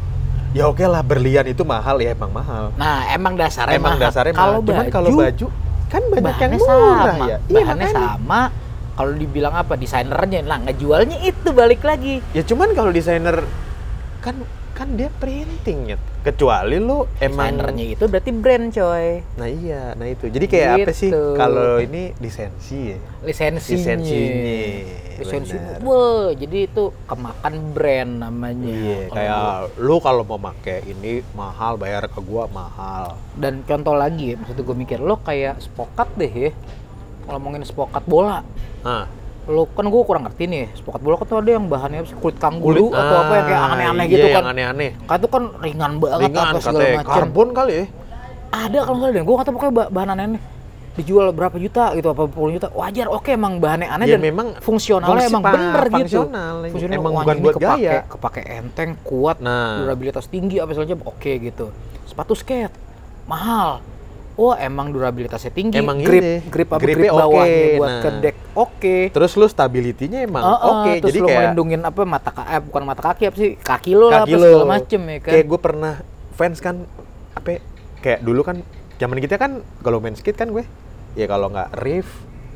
ya oke lah berlian itu mahal ya emang mahal. Nah, emang dasarnya Emang mahal. dasarnya Kalau mahal. Cuman baju, kalau baju kan banyak yang bahannya murah sama. ya. Iya Bahannya makanya. sama. Kalau dibilang apa desainernya, lah nggak jualnya itu balik lagi. Ya cuman kalau desainer kan kan dia printing ya. Kecuali lo emang Desainernya itu berarti brand coy. Nah iya, nah itu. Jadi kayak apa sih Gitu. kalau ini lisensi ya? Lisensinya. Lisensinya. Lisensinya. Benar. Wah, jadi itu kemakan brand namanya. Iya, Kalau kayak gua- lu kalau mau make ini mahal, bayar ke gua mahal. Dan contoh lagi ya, maksud gue mikir lo kayak spokat deh ya. Kalau ngomongin spokat bola, Nah, lo kan gue kurang ngerti nih. Spokat bola kan tuh ada yang bahannya apa sih, kulit kangguru kulit- atau apa yang kayak ah, aneh-aneh iya, gitu kan. yang aneh-aneh. Kan itu kan ringan banget Ringan apa segala katanya, macam. karbon kali ya. Ada kalau nggak ada, gue kata pokoknya bah- bahan aneh-aneh dijual berapa juta gitu, apa puluh juta. Wajar, oke emang bahannya aneh Ya dan memang fungsionalnya fungsi- emang pa- bener gitu. fungsional. Fungsional, Emang wah, bukan ini buat kepake, gaya. kepake enteng, kuat, Nah. durabilitas tinggi apa segala macam, oke gitu. Sepatu skate mahal. Wah emang durabilitasnya tinggi, Emang grip, ini, grip apa gripnya grip bawahnya oke, buat nah. ke deck, oke. Terus lu stability-nya emang Heeh, oke. terus Jadi lo kayak melindungin apa mata ka- eh, bukan mata kaki apa sih, kaki lo lah kaki apa lu. segala macem ya kan. Kayak gue pernah fans kan apa ya, kayak dulu kan zaman kita kan kalau main skate kan gue ya kalau nggak Reef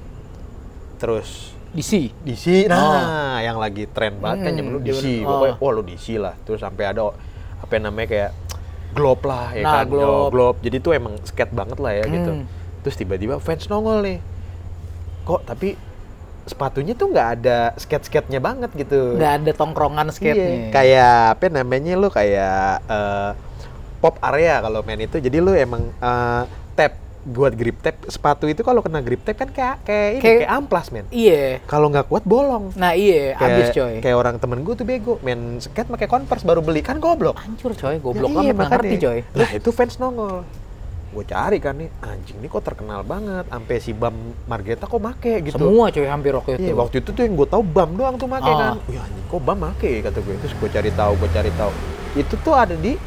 terus D C. D C, nah yang lagi tren banget kan Hmm, zaman dulu D C, zaman- pokoknya oh. wah lu D C lah, terus sampai ada apa yang namanya kayak globe lah ya Nah, kan, globe. Oh, globe, jadi tuh emang skate banget lah ya gitu. Hmm. Terus tiba-tiba fans nongol nih, kok tapi sepatunya tuh nggak ada skate-skate-nya banget gitu. Nggak ada tongkrongan Iya, skate-nya. kayak apa namanya lu kayak eh, pop area kalau main itu, jadi lu emang eh, tap buat grip tap sepatu itu kalau kena grip tap kan kayak kayak ini Kayak- kayak amplas men. Iya. Kalau nggak kuat bolong. Nah iya, Kayak, abis coy. kayak orang temen gue tuh bego main skate pakai Converse baru beli kan goblok. Hancur coy, goblok Ya iya, banget, nggak ngerti makanya. coy. Lah itu fans nongol. Gue cari kan nih, anjing ini kok terkenal banget. Sampai si Bam Margeta kok make gitu. Semua coy hampir waktu itu. Iya, waktu itu tuh yang gue tahu Bam doang tuh make Ah. kan. Wih anjing kok Bam make kata gue. Terus gue cari tahu, gue cari tahu. Itu tuh ada di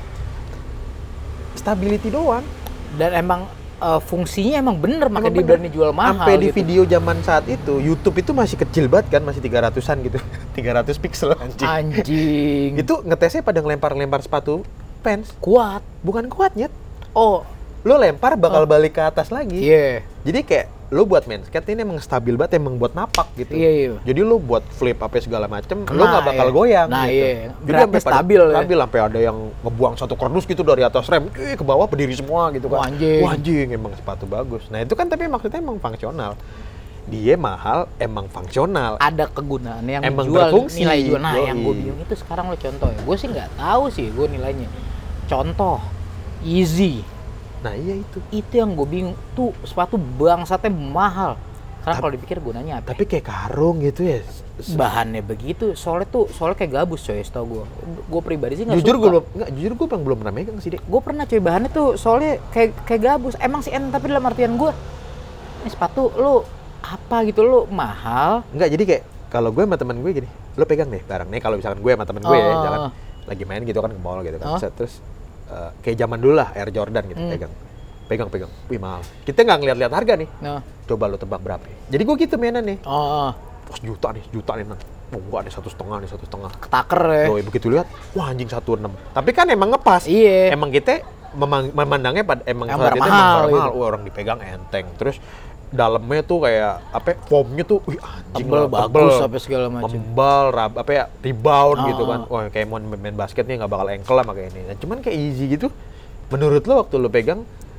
stability doang. Dan emang eh, fungsinya emang bener, makanya Emang dia bener. berani jual mahal Sampai di gitu. video zaman saat itu, YouTube itu masih kecil banget kan, masih tiga ratusan gitu. tiga ratus pixel anjing. Anjing. Itu ngetesnya pada ngelempar-lempar sepatu fans. kuat. Bukan kuat nyet. Oh, Lo lempar bakal balik ke atas lagi. iya. Jadi kayak lo buat main skate ini emang stabil banget, emang buat napak gitu. Iya, iya. Jadi lo buat flip apa segala macem, lo Nah, nggak bakal iya. goyang Nah, gitu. iya. Jadi Beratnya sampai pada- stabil ya. stabil sampai ada yang ngebuang satu kardus gitu dari atas rem, eh, ke bawah berdiri semua gitu kan. Wah, anjing. Wah, anjing, emang sepatu bagus. Nah itu kan tapi maksudnya emang fungsional. Dia mahal, emang fungsional. Ada kegunaan yang Emang jual berfungsi. nilai jual. Nah, Yoi. yang gue bingung itu sekarang lo contoh ya. Gue sih nggak tahu sih gue nilainya. Contoh, Yeezy. Nah iya itu. Itu yang gue bingung. Tuh sepatu bangsatnya mahal. Karena kalau dipikir gunanya apa? Tapi kayak karung gitu ya. Bahannya begitu, soalnya tuh soalnya kayak gabus coy, setahu gue. Gue pribadi sih nggak Jujur suka. gue belum, nggak, jujur gue belum belum pernah megang sih dek. Gue pernah coy, bahannya tuh soalnya kayak kayak gabus. Emang sih enak, tapi dalam artian gue, ini sepatu lu apa gitu, lu mahal. Enggak, jadi kayak kalau gue sama temen gue gini, lo pegang deh barang nih, kalau misalkan gue sama temen gue ya, Oh. jalan lagi main gitu kan ke mall gitu kan, Oh. set, terus uh, kayak zaman dulu lah Air Jordan gitu, Hmm. pegang, pegang, pegang, wih mahal. Kita nggak ngeliat-liat harga nih, Nah, coba lo tebak berapa? Jadi gue gitu mainan nih, oh, oh sejuta nih, sejuta nih, nah. Oh enggak nih, satu setengah nih, satu setengah. ketaker ya. Doi begitu lihat, wah anjing satu enam. Tapi kan emang ngepas, Iya. emang kita memang, memandangnya pada emang Yang saat itu mahal emang barang gitu. mahal. Wah orang dipegang enteng, terus dalamnya tuh kayak apa foamnya tuh wih anjing Tebel, lah, bagus, apa segala macam. membal rab, apa ya rebound Ah, gitu kan, wah kayak mau main basket nih nggak bakal ankle lah kayak ini. Nah, cuman kayak easy gitu menurut lo waktu lo pegang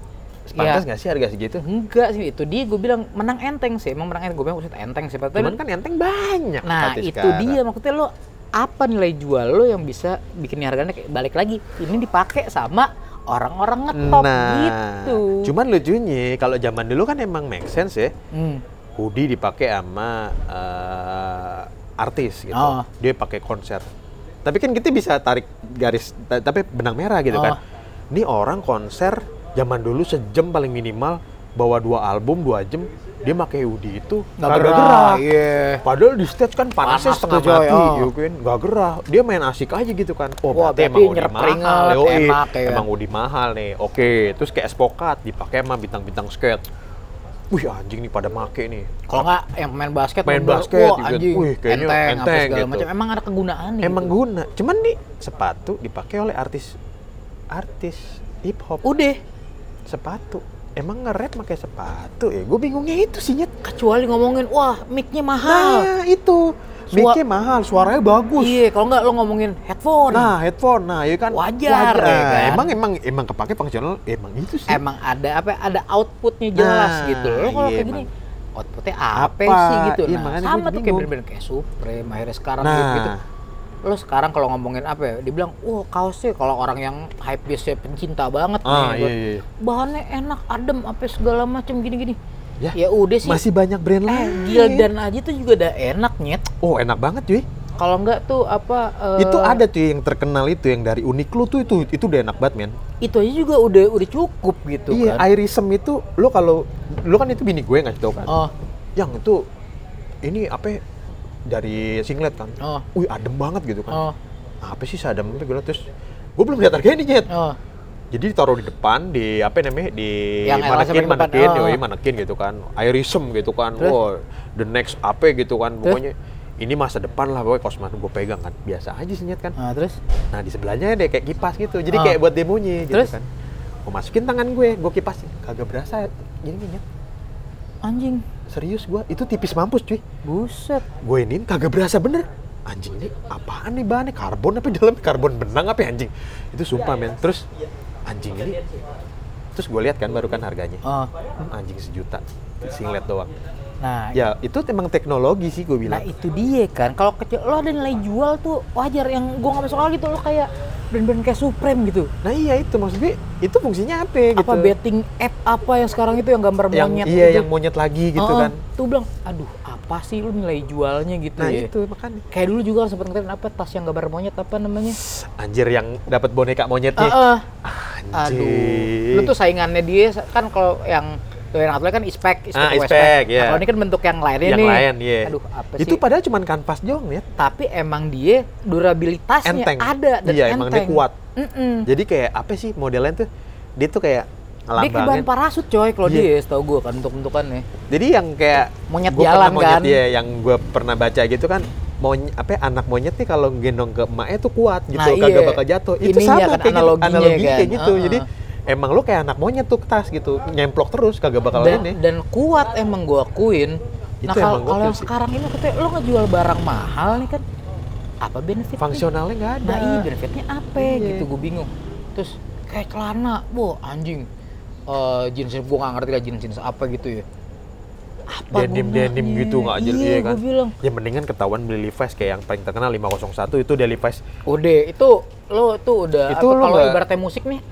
Pantas Ya. nggak sih harga segitu? Enggak sih, itu dia gue bilang menang enteng sih, emang menang enteng. Gue bilang maksud enteng sih, padahal- Cuman kan enteng banyak. nah artis itu sekarang. dia maksudnya lo apa nilai jual lo yang bisa bikin harganya kayak balik lagi ini dipakai sama orang-orang ngetop Nah, gitu. cuman lucunya kalau zaman dulu kan emang make sense ya. Hmm. Hoodie dipakai sama eh, artis gitu. Oh. Dia pakai konser. Tapi kan kita bisa tarik garis ta- tapi benang merah gitu Oh. kan. Ini orang konser zaman dulu sejam paling minimal bawa dua album dua jam dia pakai hoodie itu Nggak kagak gerah, iya. Padahal di stage kan panasnya Panas setengah tuh, coy, mati, oh. ya kan? Nggak gerah. Dia main asik aja gitu kan. Oh, Wah, berarti berarti emang hoodie nyerap mahal, keringat, yoi. enak, ya. Emang hoodie mahal nih. Oke, terus kayak spokat dipakai sama bintang-bintang skate. Wih, anjing nih pada make nih. Kalau nggak yang main basket, Main bener, basket wah, gitu. anjing, Wih, kayaknya enteng, apa enteng segala gitu. macam. Emang ada kegunaannya. Emang gitu. guna. Cuman nih sepatu dipakai oleh artis artis hip hop. Udah, Sepatu. Emang nge-rap pakai sepatu ya? Gue bingungnya itu sih, Nyet. kecuali ngomongin wah mic-nya mahal. Nah, itu. Sua- Mic-nya mahal, suaranya bagus. Iya, kalau nggak lo ngomongin headphone. Nah, headphone, nah ya kan Wajar, ya kan? Emang emang emang kepake fungsional, emang itu sih. Emang ada apa? Ada outputnya jelas Nah, gitu. Lo kalau iya, kayak gini, emang. outputnya apa, Apa? sih gitu? Iya, Nah, makanya sama gue tuh kayak bingung. brand-brand kayak Supreme, akhirnya sekarang Nah. gitu. Lo sekarang kalau ngomongin apa ya? Dibilang, wah kaosnya kalau orang yang hype biasanya pencinta banget Ah, nih. iya, iya. Bahannya enak, adem, apa segala macam gini-gini. Ya, Ya udah sih. masih banyak brand eh, lain. Gildan aja tuh juga udah enak nyet. Oh, enak banget cuy. Kalau enggak tuh apa? eh, Itu ada tuh yang terkenal itu yang dari Uniqlo tuh itu itu udah enak banget, men. Itu aja juga udah udah cukup gitu Iya, kan. Irism itu lo kalau lo kan itu bini gue ngasih tau kan. Oh, Yang itu ini apa ya, dari singlet kan. oh, Wih, adem banget gitu kan. oh, Apa sih seadem apa gue liat, terus gue belum lihat harganya nih, Jet. oh. Jadi ditaruh di depan di apa namanya di Yang manekin Elsa depan, manekin, oh. yoi manekin gitu kan, Irism gitu kan, Terus? wow, the next apa gitu kan, Terus? pokoknya ini masa depan lah pokoknya kosman gue pegang kan, biasa aja sih, Nyet kan. Nah, terus? Nah di sebelahnya ada kayak kipas gitu, jadi Ah. kayak buat demonya gitu Terus? kan. Gue masukin tangan gue, gue kipasin, kagak berasa, jadi Nyet. Anjing, Serius gue, itu tipis mampus cuy. buset. Gue iniin kagak berasa bener. Anjing ini apaan nih bahannya? Karbon apa di dalamnya? Karbon benang apa ya, anjing? Itu sumpah men. Terus anjing ini, terus gue lihat kan baru kan harganya. Oh. Hmm, anjing sejuta, singlet doang. Nah, Ya itu emang teknologi sih gue nah bilang. itu dia kan. Kalau kecil lo ada nilai jual tuh wajar. Yang gua nggak masuk akal gitu, lo kayak brand-brand kayak Supreme gitu. Nah iya itu maksud gue, itu fungsinya apa gitu? Apa betting app apa yang sekarang itu yang gambar yang monyet iya gitu. yang monyet lagi gitu Oh, kan. Tuh bilang, aduh apa sih lu nilai jualnya gitu Nah ya. itu makanya. Kayak dulu juga sempat ngeliatin apa tas yang gambar monyet apa namanya? Anjir yang dapat boneka monyetnya. Heeh. Anjir. Aduh, lu tuh saingannya dia kan kalau yang yang aturan kan ispek, ispek, Ah, Westpac. ispek, Nah, iya. kalau ini kan bentuk yang lainnya Yang nih. lain, iya. Aduh, apa Itu sih? padahal cuma kanvas doang ya. Tapi emang dia durabilitasnya Enteng. ada dan Iya, enteng. emang dia kuat. Mm-mm. Jadi kayak apa sih modelnya tuh? Dia tuh kayak Dia kayak bahan ngelambangin. parasut coy kalau Iya. dia, setahu gue kan bentuk-bentukannya. Jadi yang kayak Monyet gua jalan pernah monyet, kan? ya, yang gue pernah baca gitu kan, mony, apa ya, anak monyet nih kalau gendong ke emaknya tuh kuat gitu, Nah, kagak iya. bakal jatuh. Itu Ininya sama kan, kayak gitu, analoginya analogi kan. kayak gitu. Heeh. Jadi emang lu kayak anak monyet tuh tas gitu, nyemplok terus kagak bakal Dan, ini. dan kuat emang gue akuin. Itu Nah kalau emang kalau gokil yang sih. sekarang ini katanya lo ngejual barang mahal nih kan, apa benefitnya? Fungsionalnya nggak ada. Nah iya benefitnya apa Iya. gitu gue bingung. Terus kayak celana, wah anjing, uh, jeans gue nggak ngerti lah jeans-jeans apa gitu ya. Apa denim denim gunanya? gitu nggak jelas, Iya, iya kan? gue bilang. Ya mendingan ketahuan beli Levi's kayak yang paling terkenal lima nol satu itu udah Levi's. Udah itu lo tuh udah Itu apa, lo kalau nggak- ibaratnya musik nih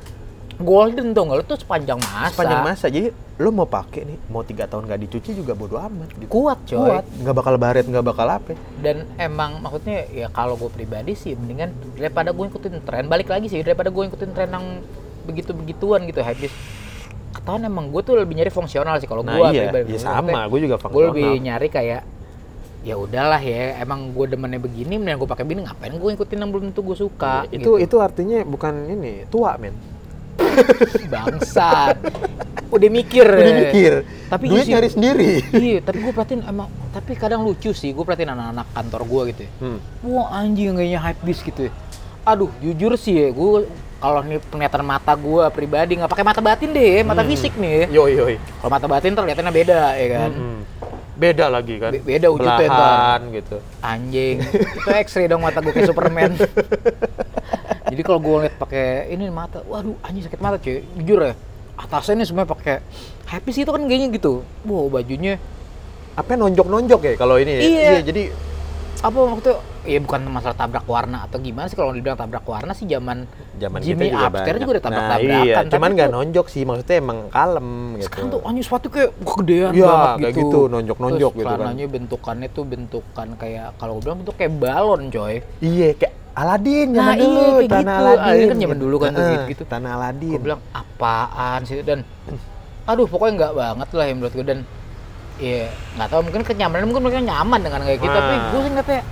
golden tuh nggak lo tuh sepanjang masa. Sepanjang masa. Jadi lo mau pakai nih, mau tiga tahun nggak dicuci juga bodo amat. Gitu. Kuat coy. Kuat, nggak bakal baret, nggak bakal apa. Dan emang maksudnya ya kalau gue pribadi sih mendingan daripada gue ikutin tren, balik lagi sih daripada gue ikutin tren yang begitu-begituan gitu habis ketahuan emang gue tuh lebih nyari fungsional sih kalau Nah gue iya, ya sama, gue juga gue fungsional. lebih nyari kayak ya udahlah ya emang gue demennya begini mending gue pakai begini ngapain gue ikutin yang belum tentu gue suka Iya, gitu. itu itu artinya bukan ini tua men. Bangsat udah mikir Udah ya. mikir. Tapi duit isi- nyari sendiri. Iya tapi gue perhatiin emang tapi kadang lucu sih gue perhatiin anak-anak kantor gue gitu ya. Hmm. Wah anjing kayaknya hype beast gitu ya. Aduh jujur sih ya gue kalau nih penglihatan mata gue pribadi nggak pakai mata batin deh, mata Hmm. fisik nih. Yoi yoi. Kalau mata batin terlihatnya beda ya kan. Mm-mm. Beda lagi kan. Be- beda wujudnya ntar. Belahan gitu. Anjing. Itu X-ray dong mata gue kayak Superman. Jadi kalau gue liat pakai ini mata, waduh anjing sakit mata cuy. Jujur ya. atasnya nih semuanya pakai Hypebeast itu kan kayaknya gitu. Wow, bajunya Apa nonjok-nonjok ya kalau ini? Iya. Iya, jadi apa waktu ya bukan masalah tabrak warna atau gimana sih, kalau dibilang tabrak warna sih zaman zaman Jimmy kita juga Upstairs banyak. juga udah tabrak-tabrakan. Nah, iya, tapi cuman nggak tuh- nonjok sih, maksudnya emang kalem gitu. Sekarang tuh anjing sepatu kayak wah, gedean Iya, banget kayak gitu. gitu, nonjok-nonjok Terus gitu kan. celananya bentukannya tuh bentukan kayak kalau gue bilang bentuk kayak balon coy. Iya, kayak Aladin zaman Nah, iya, dulu, kayak tanah gitu. Aladin. Aladin kan zaman dulu kan tuh Heeh, gitu-gitu. Tanah Aladin. Gue bilang apaan sih, dan aduh pokoknya nggak banget lah yang menurut gue. Dan ya nggak tahu, mungkin kenyamanan, mungkin mereka nyaman dengan kayak gitu, Nah. tapi gue sih ngeliatnya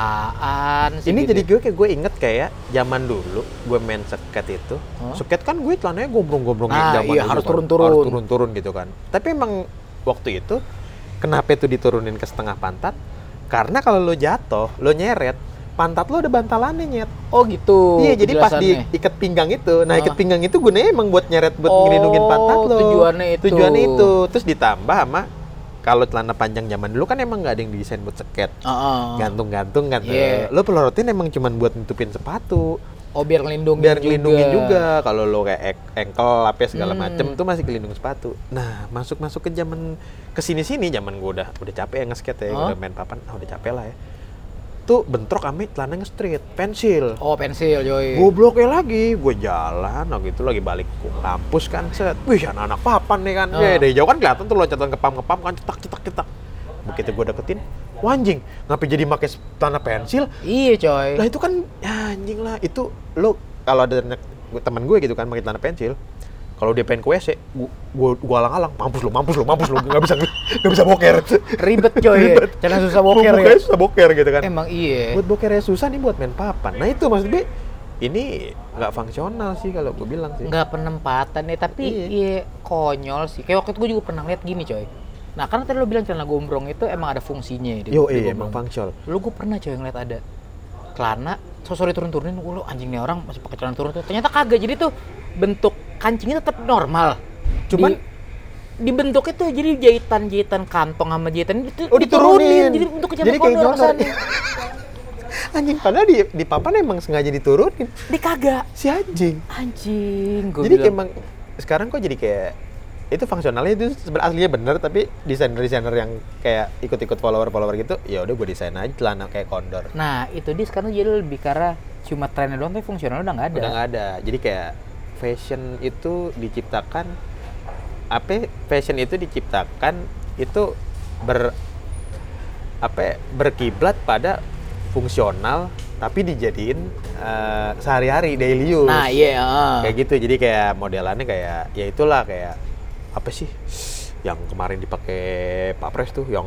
apaan sih Ini gitu. jadi gue kayak gue inget kayak zaman dulu gue main skate itu. Hah? Skate kan gue celananya gombrong-gombrong Nah, zaman iya, dulu harus kan. turun-turun. Harus turun-turun gitu kan. Tapi emang waktu itu kenapa itu diturunin ke setengah pantat? Karena kalau lo jatuh, lo nyeret, pantat lo ada bantalannya nyet. Oh gitu. Iya, jadi pas penjelasannya. diikat pinggang itu. Nah, Ah. ikat pinggang itu gunanya emang buat nyeret, buat Oh, ngelindungin pantat lo. tujuannya itu. Tujuannya itu. Terus ditambah sama kalau celana panjang zaman dulu kan emang nggak ada yang didesain buat skate. Heeh. Gantung-gantung kan. tuh. Iya. Lo pelorotin emang cuman buat nutupin sepatu. Oh biar ngelindungin Biar juga. ngelindungin juga. Kalau lo kayak ek- ankle apa segala Hmm. macem tuh masih kelindung sepatu. Nah, masuk-masuk ke zaman kesini-sini, zaman gue udah udah capek ya nge-skate ya, Hah? udah main papan, ah udah capek lah ya. Tuh bentrok ame celana nge-street, pensil. Oh pensil Joy. Gobloknya lagi, gue jalan, waktu itu lagi balik ke kampus kan, set, wih anak-anak papan nih kan, Oh. ya dari jauh kan kelihatan tuh loncatan kepam-kepam kan, cetak cetak cetak. Begitu gue deketin, wah anjing, ngapain jadi pakai tanah pensil? Iya coy. Lah itu kan, ya anjing lah, itu lo kalau ada anak- temen gue gitu kan pakai tanah pensil, kalau dia pengen ke W C, gue gue alang-alang, mampus lo, mampus lo, mampus lo, nggak bisa nggak bisa boker. Ribet coy. Ribet. Jangan susah boker ya. Bukanya susah boker gitu kan. Emang iya. Buat bokernya susah nih buat main papan. Nah itu maksud gue, ini nggak fungsional sih kalau gue bilang sih. Nggak penempatan ya, tapi Iya. iya konyol sih. Kayak waktu itu gue juga pernah lihat gini coy. Nah karena tadi lo bilang celana gombrong itu emang ada fungsinya ya. di- Yo, di iya gombrong. emang fungsional. Lo gue pernah coy ngeliat ada celana, so sorry turun-turunin, wah lo anjing nih orang masih pakai celana turun tuh. Ternyata kagak, jadi tuh bentuk kancingnya tetap normal. Cuman- Di- dibentuk itu jadi jahitan-jahitan kantong sama jahitan itu Oh, diturunin. jadi untuk Jadi kejalan kayak kondor nyodor. kesannya. Anjing padahal di di papan emang sengaja diturunin Dia kagak. si anjing. Anjing, gue Jadi bilang. emang sekarang kok jadi kayak itu fungsionalnya itu sebenarnya aslinya bener, tapi desainer-desainer yang kayak ikut-ikut follower-follower gitu, ya udah gue desain aja celana kayak kondor. Nah, itu dia sekarang jadi lebih karena cuma trennya doang, tapi fungsionalnya udah nggak ada. Udah nggak ada. Jadi kayak fashion itu diciptakan apa? Fashion itu diciptakan itu ber apa? ya, berkiblat pada fungsional tapi dijadiin eh, sehari-hari daily use. Nah, iya. heeh. Kayak gitu. Jadi kayak modelannya kayak ya itulah kayak apa sih? Yang kemarin dipakai Pak Pres tuh yang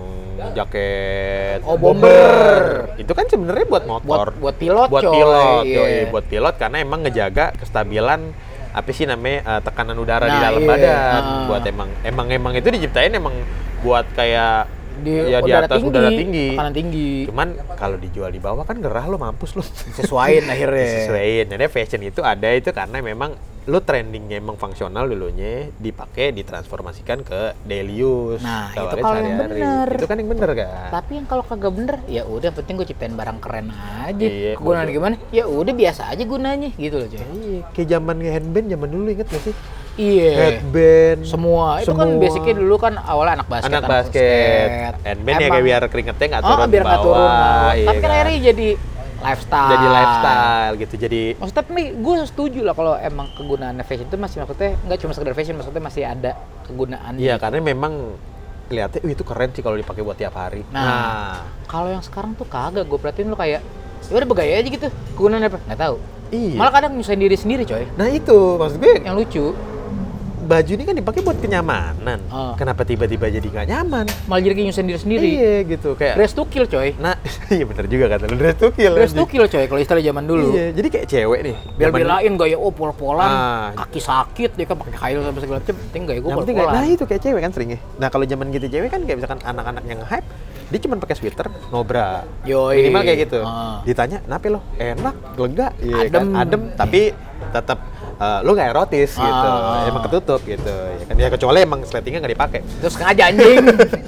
jaket Oh, bomber. Itu kan sebenarnya buat motor. Buat buat pilot, buat coy. pilot, Iya. yoi, buat pilot karena emang ngejaga kestabilan apa sih namanya eh, tekanan udara di Nah, dalam iya. badan. Ah. Buat emang emang emang itu diciptain emang buat kayak Di, ya di udara atas tinggi, udara tinggi. tekanan tinggi. Cuman kalau dijual di bawah kan gerah lo, mampus lo. Sesuaiin akhirnya. Disesuaiin. Jadi fashion itu ada itu karena memang lo trendingnya emang fungsional dulunya dipakai ditransformasikan ke daily use. Nah, Tawarin itu kalau yang sehari-hari. bener. Itu kan yang bener kan. Tapi yang kalau kagak bener, ya udah penting gue ciptain barang keren aja. Iya, Gunanya betul. gimana? Ya udah biasa aja gunanya gitu loh, coy. Iya, kayak zaman headband zaman dulu inget gak sih? Iya. Headband. Semua. Itu kan semua. basicnya dulu kan awalnya anak basket. anak basket. Headband ya kayak Emang- biar keringetnya nggak Oh, turun biar ke nggak bawah. turun. iya Tapi kan kan? akhirnya jadi lifestyle. Jadi lifestyle gitu. Jadi Maksudnya tapi gue setuju lah kalau emang kegunaannya fashion itu masih, maksudnya nggak cuma sekedar fashion, maksudnya masih ada kegunaan. iya karena memang kelihatannya "Wih, itu keren sih kalau dipakai buat tiap hari. Nah, kalau yang sekarang tuh kagak, gue perhatiin lo kayak ya udah bergaya aja gitu. Kegunaannya apa? Nggak tahu. iya. Malah kadang nyusahin diri sendiri, coy. Nah itu maksud gue Yang lucu, baju ini kan dipakai buat kenyamanan. Oh. Kenapa tiba-tiba jadi nggak nyaman? malah jadi kayak nyusahin diri sendiri. Iya gitu kayak. Dress to kill, coy. Nah iya bener juga kata lu, dress to kill. Dress to anjing. kill, coy, kalau istilah zaman dulu. Iya jadi kayak cewek nih. zaman- Bel-belain gaya oh pol-polan, Ah. kaki sakit, dia kan pakai kail sampai segala macam. Penting gaya gue Yang penting kayak, pol-polan. nah itu kayak cewek kan seringnya. Nah kalau zaman gitu cewek kan kayak misalkan anak-anak yang hype, dia cuma pakai sweater, no bra. Yoi. Minimal kayak gitu. Ah. Ditanya, "Kenapa lo? Enak, lega." Iya Adem. kan? Adem, tapi tetap eh, lo nggak erotis gitu. Ah. Emang ketutup gitu. Ya kan ya kecuali emang sletingnya nggak dipakai. Terus sengaja anjing.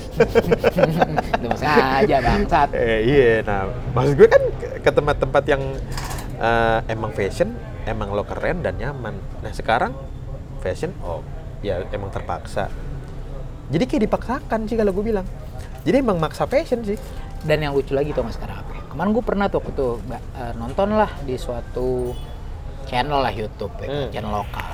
Itu sengaja bangsat. Eh, iya, nah maksud gue kan ke, ke tempat-tempat yang eh, emang fashion, emang lo keren dan nyaman. Nah sekarang fashion, oh ya emang terpaksa. Jadi kayak dipaksakan sih kalau gue bilang. Jadi emang maksa passion sih. Dan yang lucu lagi tuh mas sekarang apa? Kemarin gue pernah tuh, tuh uh, nonton lah di suatu channel lah YouTube, ya, hmm. channel lokal.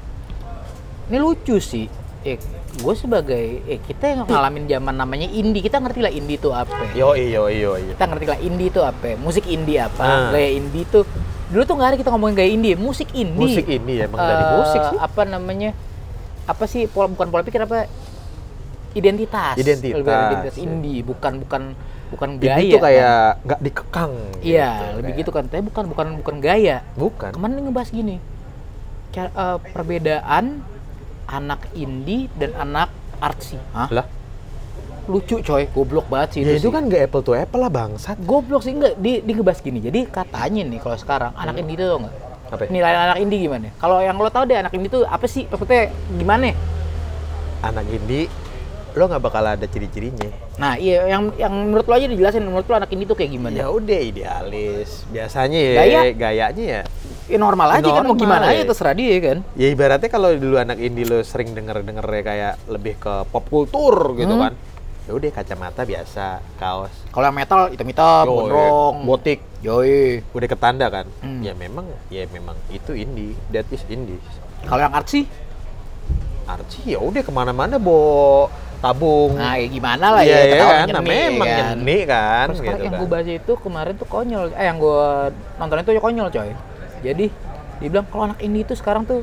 Ini lucu sih. Eh, gue sebagai eh, kita yang ngalamin zaman namanya indie, kita ngerti lah indie itu apa. Yo iyo iyo iyo. Kita ngerti lah indie itu apa. Musik indie apa? Hmm. Gaya indie itu dulu tuh nggak ada kita ngomongin gaya indie, musik indie. Musik indie emang uh, dari musik sih. Apa namanya? Apa sih? Pola, bukan pola pikir apa? Identitas. Identitas. Identitas indie, bukan bukan bukan gaya. Itu kayak nggak kan? dikekang. Iya, gitu, lebih kayak. gitu kan. Tapi bukan bukan bukan gaya. Bukan. Kemarin ngebahas gini. Cara, uh, perbedaan anak indie dan anak artsy. Hah? Lah? Lucu coy, goblok banget sih ya itu. itu kan nggak apple to apple lah bangsat. Goblok sih enggak, di, di ngebahas gini. Jadi katanya nih kalau sekarang hmm. anak indie itu tau nggak? Apa? Nilai anak indie gimana? Kalau yang lo tau deh anak indie itu apa sih? Maksudnya gimana? Anak indie lo nggak bakal ada ciri-cirinya. Nah iya, yang yang menurut lo aja dijelasin, menurut lo anak indie itu kayak gimana? Ya udah idealis, biasanya ya Gaya? gayanya ya. Ya normal aja normal, kan, mau gimana ya. aja terserah dia kan. Ya ibaratnya kalau dulu anak indie lo sering denger-denger kayak lebih ke pop kultur gitu hmm. kan. Ya udah kacamata biasa, kaos. Kalau yang metal hitam-hitam, gondrong, botik, yoi. Udah ketanda kan. Hmm. Ya memang ya memang itu indie, that is indie. Kalau yang artsy? Artsy ya udah kemana-mana bo tabung. Nah, ya gimana lah ya, ya, ya kan, nyeni, nah, memang kan. nyeni kan. Terus gitu yang kan. gue bahas itu kemarin tuh konyol. Eh yang gue nonton itu konyol coy. Jadi dibilang kalau anak indie itu sekarang tuh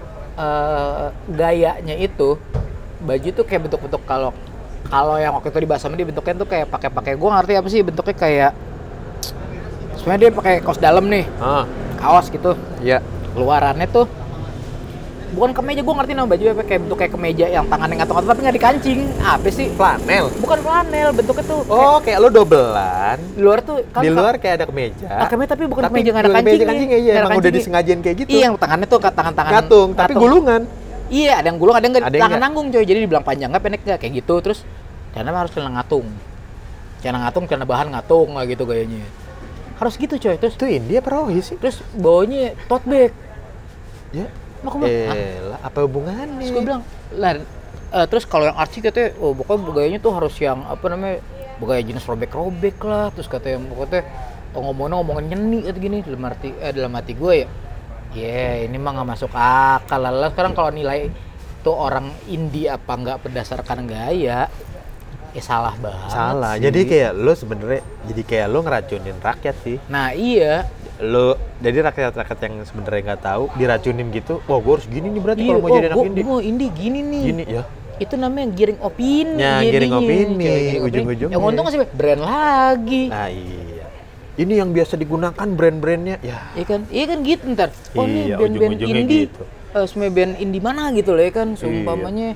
uh, gayanya itu baju tuh kayak bentuk-bentuk kalau kalau yang waktu itu dibahas sama dia bentuknya tuh kayak pakai-pakai, gue ngerti apa sih bentuknya kayak sebenarnya dia pakai kaos dalam nih, ah. kaos gitu. Iya. Keluarannya tuh bukan kemeja, gue ngerti nama baju apa kayak bentuk kayak kemeja yang tangannya ngatung-ngatung tapi nggak dikancing. Apa sih? Flanel. Bukan flanel, bentuknya tuh kayak, oh kayak lo dobelan. Di luar tuh kan di luar kayak ada kemeja. Ah, kemeja tapi bukan tapi kemeja nggak ada kancingnya. Kemeja kancing iya, emang udah disengajain kayak gitu. Iya, yang tangannya tuh tangan-tangan ngatung, tapi gulungan. Iya, ada yang gulung, ada yang nggak tangan gak? nanggung coy. Jadi dibilang panjang nggak pendek nggak kayak gitu. Terus karena harus celana ngatung. Celana ngatung, celana bahan ngatung lah gitu gayanya. Harus gitu coy. Terus itu India apa Rohis sih? Terus bawanya tote bag. Ya. Mau kemana? Eh, lah, apa hubungannya? Terus gue bilang, lah, uh, terus kalau yang artsy katanya, oh pokoknya gayanya tuh harus yang apa namanya, gaya jenis robek-robek lah. Terus katanya, pokoknya oh, ngomongnya ngomongin nyeni atau gini dalam arti, eh, dalam hati gue ya. Ya yeah, ini mah nggak masuk akal lah. Sekarang kalau nilai tuh orang indie apa nggak berdasarkan gaya, ya salah banget. Salah. Sih. Jadi kayak lo sebenarnya, jadi kayak lo ngeracunin rakyat sih. Nah iya. Lo jadi rakyat-rakyat yang sebenarnya nggak tahu diracunin gitu. Wah, gue harus gini nih berarti iya, kalau mau oh, jadi anak indie. Gue indie gini nih. Gini ya. Itu namanya giring opini. Ya, giring opini. Ujung-ujungnya. Yang untung sih brand lagi. Nah iya. Ini yang biasa digunakan brand-brandnya. Ya. Iya kan? Iya kan gitu ntar. Oh iya, nih band-band indie. Gitu. Uh, semua band indie mana gitu loh ya kan. Seumpamanya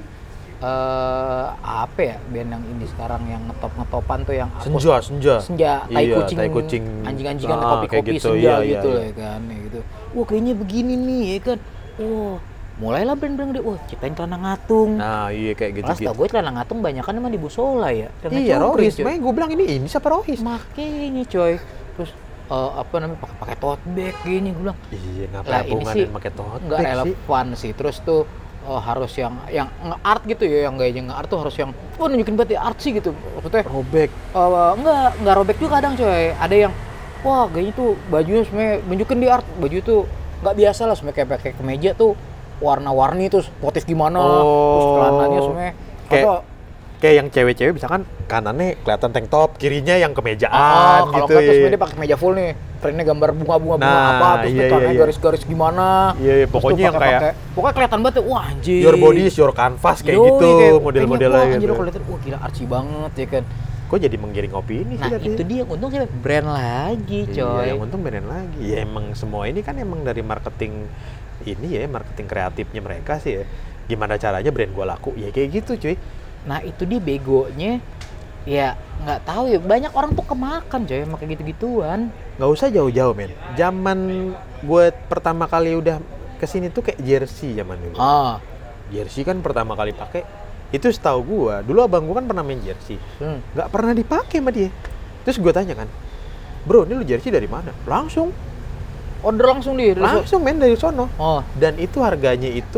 uh, apa ya band yang ini sekarang yang ngetop-ngetopan tuh yang senja senja senja tai iya, kucing, tai kucing anjing-anjingan ah, kopi-kopi gitu, senja iya, gitu iya, loh ya kan ya gitu. Wah kayaknya begini nih ya kan. Oh mulailah brand-brand gede. Wah ciptain celana ngatung. Nah iya kayak gitu. Mas tau gue celana ngatung banyakan emang di Busola ya. Celana iya Rohis. Makanya gue bilang ini ini siapa Rohis? Makanya coy. Terus uh, apa namanya pakai pakai tote bag gini gue bilang. Iya ngapain lah ini sih pakai tote bag nggak relevan sih. sih. Terus tuh oh, harus yang yang nge-art gitu ya, yang gayanya nge-art tuh harus yang oh nunjukin banget ya art sih gitu. Maksudnya robek. Uh, enggak, enggak robek juga kadang coy. Ada yang wah gayanya tuh bajunya sebenarnya nunjukin di art. Baju tuh enggak biasa lah sebenarnya kayak pakai kemeja tuh warna-warni terus motif gimana. Oh, terus celananya sebenarnya kayak atau, kayak yang cewek-cewek misalkan kanannya kelihatan tank top, kirinya yang kemejaan oh, gitu. Kalau enggak ya. terus dia pakai kemeja full nih. Printnya gambar bunga-bunga nah, bunga apa terus iya, iya, iya. garis-garis gimana. Iya, iya pokoknya yang kayak pake, pokoknya kelihatan banget ya, wah anjir. Your body is your canvas kayak Yoi, gitu kayak model-modelnya gitu. Anjir gitu. kalau lihat wah gila artsy banget ya kan. Kok jadi menggiring opini nah, sih tadi? Nah itu dia yang untung sih brand lagi coy. Iya, yang untung brand lagi. Ya emang semua ini kan emang dari marketing ini ya, marketing kreatifnya mereka sih ya. Gimana caranya brand gua laku? Ya kayak gitu cuy. Nah itu dia begonya. Ya nggak tahu ya, banyak orang tuh kemakan coy sama kayak gitu-gituan. Nggak usah jauh-jauh men. Zaman gue pertama kali udah kesini tuh kayak jersey zaman dulu. Ah. Jersey kan pertama kali pakai itu setahu gue. Dulu abang gue kan pernah main jersey. Hmm. Nggak pernah dipakai sama dia. Terus gue tanya kan, bro ini lu jersey dari mana? Langsung. Order langsung di. Langsung men dari sono. Oh. Dan itu harganya itu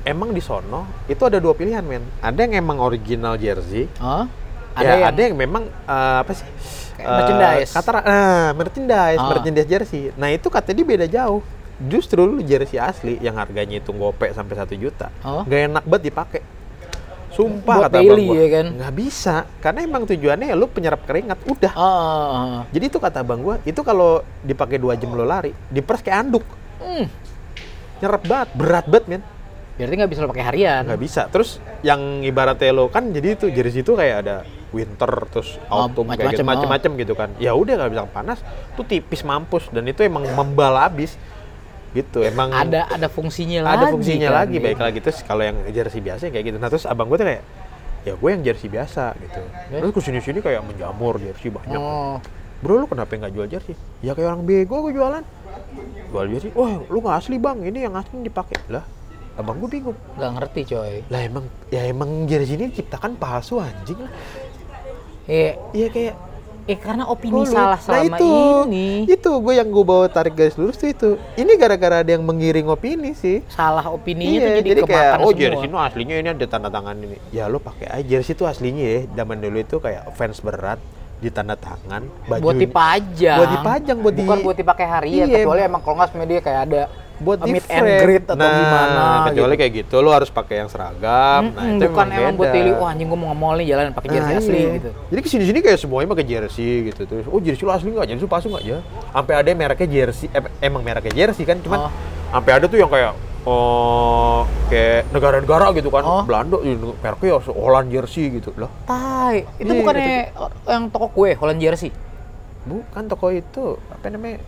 emang di sono itu ada dua pilihan men. Ada yang emang original jersey. Oh? Ada ya, yang ada yang memang uh, apa sih? Kayak merchandise. Kata nah, merchandise, Oh. merchandise jersey. Nah, itu katanya dia beda jauh. Justru lu jersey asli yang harganya itu gope sampai satu juta. Oh. Gak enak banget dipakai. Sumpah Buat kata abang daily, gua. ya kan? Nggak bisa, karena emang tujuannya ya lu penyerap keringat, udah. Oh, oh, oh. Jadi itu kata abang gua, itu kalau dipakai dua jam lo lari, diperes kayak anduk. Hmm. Nyerap banget, berat banget men. Berarti nggak bisa lo pakai harian. Nggak bisa. Terus yang ibaratnya lo kan jadi itu jersey itu kayak ada winter terus Oh, autumn kayak macem-macem, gitu, macem-macem gitu kan. Ya udah nggak bilang panas, tuh tipis mampus dan itu emang membal abis. Gitu emang Ada ada fungsinya lagi. ada fungsinya kan, lagi gitu. baik lagi terus kalau yang jersey biasa kayak gitu. Nah terus abang gue tuh kayak ya gue yang jersey biasa gitu. Terus kesini-sini kayak menjamur jersey banyak. Oh. Bro lu kenapa nggak jual jersey? Ya kayak orang bego gue jualan. Jual jersey, wah lu nggak asli bang, ini yang asli dipakai lah. Abang gue bingung. Nggak ngerti coy. Lah emang ya emang jersey ini diciptakan palsu anjing lah. Eh, Iya kayak eh karena opini oh, lu- salah nah, selama itu, ini. Itu gue yang gue bawa tarik garis lurus tuh itu. Ini gara-gara ada yang mengiring opini sih. Salah opininya tuh Iya, jadi, jadi kayak kemakan oh semua. jersey itu aslinya ini ada tanda tangan ini. Ya lo pakai aja jersey itu aslinya ya. Zaman dulu itu kayak fans berat di tanda tangan baju Buat dipajang. buat dipajang, buat di- Bukan buat dipakai harian, Iya. kecuali emang kalau nggak sebenarnya dia kayak ada buat meet di and frame. greet atau nah, gimana kecuali gitu. kayak gitu lo harus pakai yang seragam. Nah, Mm-mm, itu bukan emang buat beda. daily, wah anjing gua mau nge-mall nih jalan pakai jersey Nah, asli iya. gitu. Jadi kesini-sini kayak semuanya pakai jersey gitu terus. Oh jersey lo asli nggak? Jersey lo palsu nggak ya? Sampai ada yang mereknya jersey, eh, emang mereknya jersey kan, cuman Oh. sampai ada tuh yang kayak oh kayak negara-negara gitu kan, Oh. Belanda, ya, mereknya ya Holland jersey gitu loh. Tai, itu Iya, bukannya yang toko kue Holland Jersey. Bukan toko itu apa namanya?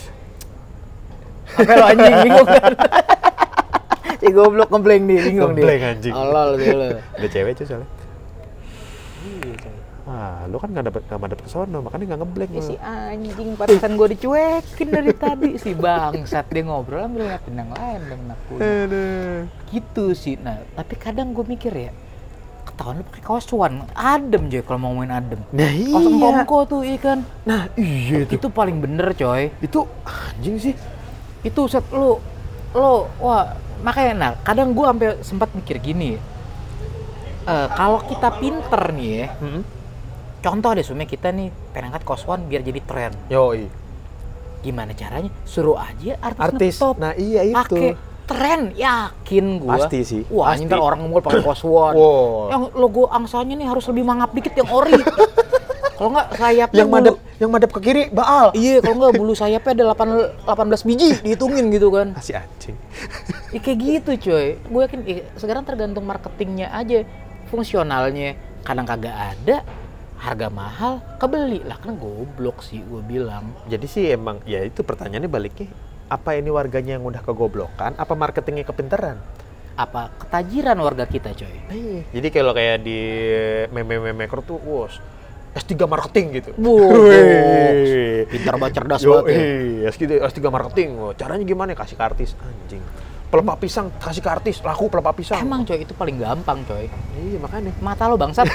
Apa lo anjing bingung kan? Si goblok ngeblank nih, bingung dia. Ngeblank, anjing. Olol dia lo. Ada cewek tuh soalnya. Iya, coy. Ah, lu kan nggak dapet nggak dapet kesono, makanya nggak ngeblank. Ya, lu. si anjing pantesan gue dicuekin dari tadi si bangsat dia ngobrol ambil ngeliatin yang lain dan aku Aduh. gitu sih. Nah tapi kadang gue mikir ya ketahuan lu pakai kaos Swan adem coy kalau mau main adem. Nah Kaos iya. engkongko tuh ikan Nah iya itu. itu paling bener coy. Itu anjing sih. Itu set lu lu wah makanya nah kadang gue sampai sempat mikir gini eh kalau kita pinter nih ya. Hmm. Contoh deh, Sume kita nih pengen angkat kaos Swan biar jadi tren. Yoi. Gimana caranya? Suruh aja artis, Artis. ngetop. Nah iya itu. Pakai tren, yakin gua. Pasti sih, Wah, ini pasti. kan orang nge-mall pakai kaos Swan. Wow. Yang logo angsanya nih harus lebih mangap dikit yang ori. Kalau nggak sayapnya Yang bulu- madep yang madep ke kiri Baal. Iya, kalau nggak bulu sayapnya ada delapan, delapan belas biji dihitungin gitu kan. Masih anjing. Ya, kayak gitu coy. Gue yakin eh, sekarang tergantung marketingnya aja. Fungsionalnya kadang kagak ada. Harga mahal, kebeli lah kan goblok sih gue bilang. Jadi sih emang ya itu pertanyaannya baliknya apa ini warganya yang udah kegoblokan apa marketingnya kepinteran? Apa ketajiran warga kita coy? Iya. Jadi kalau kayak di meme-meme maker tuh, wos S tiga marketing gitu. Wow, Wih. pintar banget, cerdas Yo, banget ya. eh, S tiga, S tiga marketing. Oh, caranya gimana? Kasih ke artis anjing. Pelepah pisang kasih ke artis, laku pelepah pisang. Emang coy itu paling gampang coy. Iya makanya. Mata lo bangsat.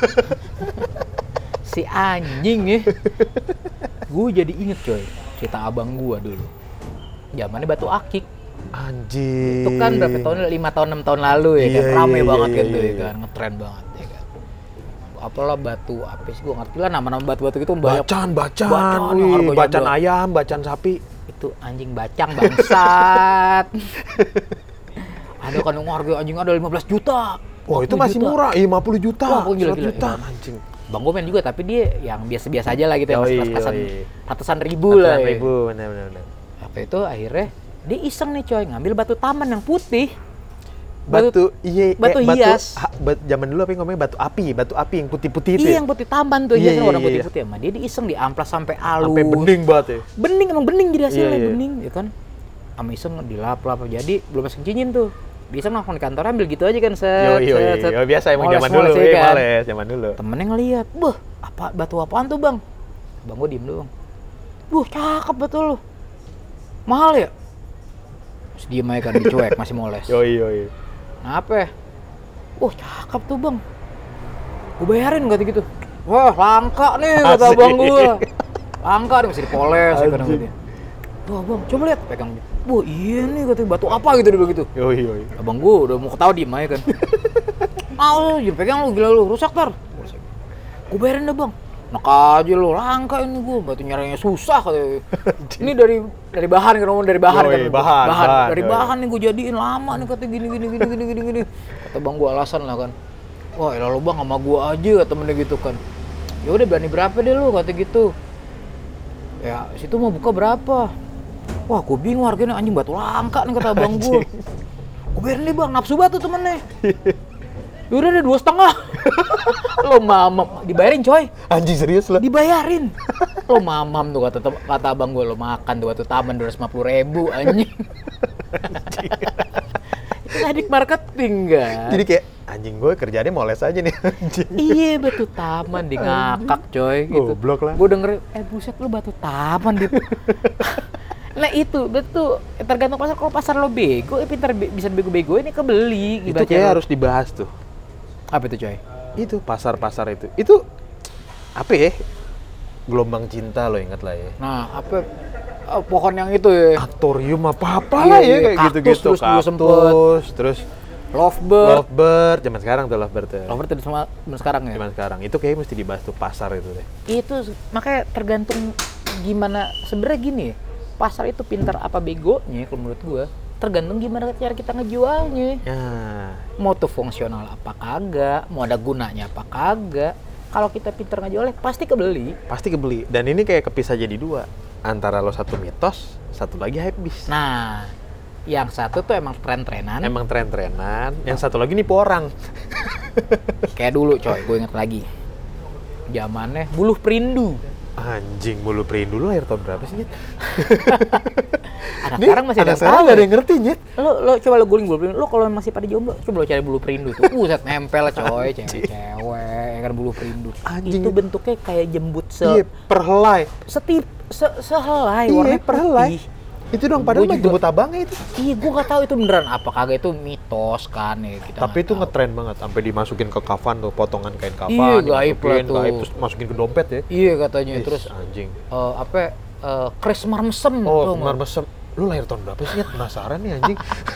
Si anjing ya. Gue jadi inget coy cerita abang gue dulu. Zamannya Batu Akik. Anjing. Itu kan berapa tahun? lima tahun enam tahun lalu ya Iya, kan. Rame iya, banget iya, kan tuh iya, ya iya. kan. Ngetren banget ya kan. Apalah batu apa sih gue ngerti lah nama-nama batu-batu itu banyak. Bacaan, bacaan, Bacaan, wih, harganya bacaan ada. ayam, bacaan sapi. Itu anjing bacang bangsat. Ada kan yang harga anjing ada lima belas juta. Wah itu empat puluh masih juta. murah, lima puluh juta, Wah, gua gila, seratus gila, juta, gila. anjing. Bang gue main juga tapi dia yang biasa-biasa aja lah gitu ya, Yoi, mas ratusan, yoi. ratusan ribu lah. Ratusan Ya. ribu, benar benar benar. Apa itu akhirnya dia iseng nih coy ngambil batu taman yang putih. Batu, iya, batu eh, hias. ha- bat- zaman dulu apa yang ngomongnya batu api, batu api yang putih-putih itu. Iya ya? yang putih taman tuh Iya, hiasan iya, warna iya. putih-putih sama dia diiseng diamplas sampai halus. Sampai bening banget ya. Bening emang bening jadi hasilnya Iya, iya. bening ya kan. Sama iseng dilap-lap jadi belum masuk cincin tuh. Bisa nongkrong di kantor ambil gitu aja kan set. Yo yo set, set. yo, biasa emang Moles, zaman dulu, moles, ya ya, kan. males zaman dulu. Temennya ngeliat, "Beuh, apa batu apaan tuh, Bang?" Bang gue diem doang. "Buh, cakep betul lu. Mahal ya?" Terus diem aja kan dicuek masih moles. Yo yo yo. Apa? Wah, cakep tuh, Bang. Gue bayarin kata gitu. Wah, langka nih kata Asik. Bang gue. Langka nih masih dipoles ya kan Anjing. dia. Tuh abang, coba lihat, pegang. Wah iya nih, katanya batu apa gitu dia begitu. Yoi yoi. Abang gua udah mau ketawa diem aja kan. Ah lu, jangan pegang lu, gila lu, rusak tar. Gua bayarin dah bang. Nak aja lu, langka ini gua, batu nyarinya susah katanya. Ini dari dari bahan kan, ngomong dari bahan Yoi, kan. bahan, bahan, dari yoi. bahan nih gua jadiin lama nih katanya gini gini gini gini gini gini. Kata bang gua alasan lah kan. Wah, elah lu bang sama gua aja kata temennya gitu kan. Ya udah berani berapa deh lu kata gitu. Ya, situ mau buka berapa? Wah, gua bingung harganya anjing batu langka nih kata abang gua. Gua bayarin nih bang, nafsu batu temennya. Udah deh dua setengah. Lo mamam, dibayarin coy. Anjing serius lo? Dibayarin. Lo mamam tuh kata kata abang gue, lo makan tuh waktu taman dua ratus lima puluh ribu anjing. Itu adik marketing kan. Jadi kayak anjing gue kerjanya moles aja nih anjing. Iya batu taman di ngakak coy gitu. Goblok lah. Gue denger, eh buset lu batu taman di. Nah itu betul tergantung pasar. Kalau pasar lo bego, eh pintar be- bisa bego-bego ini kebeli. Itu kayak harus dibahas tuh. Apa itu coy? Itu pasar-pasar itu. Itu apa ya? Gelombang cinta lo ingat lah ya. Nah apa oh, pohon yang itu ya? Aktorium apa-apa Iya, lah ya iya, kayak kaktus gitu-gitu. terus dulu sempet. Kaktus, terus Lovebird. lovebird. Zaman sekarang tuh lovebird ya. Lovebird itu sama sama sekarang ya? Zaman sekarang. Itu kayaknya mesti dibahas tuh pasar itu deh. Itu makanya tergantung gimana sebenarnya gini. Pasar itu pintar apa begonya kalau menurut gua. Tergantung gimana cara kita ngejualnya. Ya. Mau tuh fungsional apa kagak, mau ada gunanya apa kagak. Kalau kita pintar ngejualnya pasti kebeli. Pasti kebeli. Dan ini kayak kepisah jadi dua. Antara lo satu mitos, satu lagi hypebeast. Nah, yang satu tuh emang tren-trenan. Emang tren-trenan. Yang satu lagi nipu orang. Kayak dulu coy, gue inget lagi. Zamannya buluh perindu. Anjing, bulu perindu lo lahir tahun berapa sih, Nyet? Anak sekarang masih ada anak yang sekarang tahu nggak ada ya? yang ngerti, Nyet. Lo lo coba lo guling bulu perindu. Lo kalau masih pada jomblo, coba lo cari bulu perindu tuh. Buset nempel coy, cewek-cewek ya kan bulu perindu. Anjing. Itu bentuknya kayak jembut se Iya, perhelai. setip se sehelai Iya, warna perhelai. putih. Itu dong, padahal Gua mah juga- jemput abangnya itu. Iya, gua nggak tahu itu beneran apa kagak, itu mitos kan ya kita. Tapi nggak itu tahu. ngetren banget, sampai dimasukin ke kafan tuh, potongan kain kafan, Iya, gaib dimasukin, lah tuh. gaib, terus masukin ke dompet ya. Iya katanya. Is, Terus anjing. eh, apa uh, Chris Marmsem Oh, tuh kemar mesem. Lu lahir tahun berapa sih, Nyet? Penasaran nih anjing.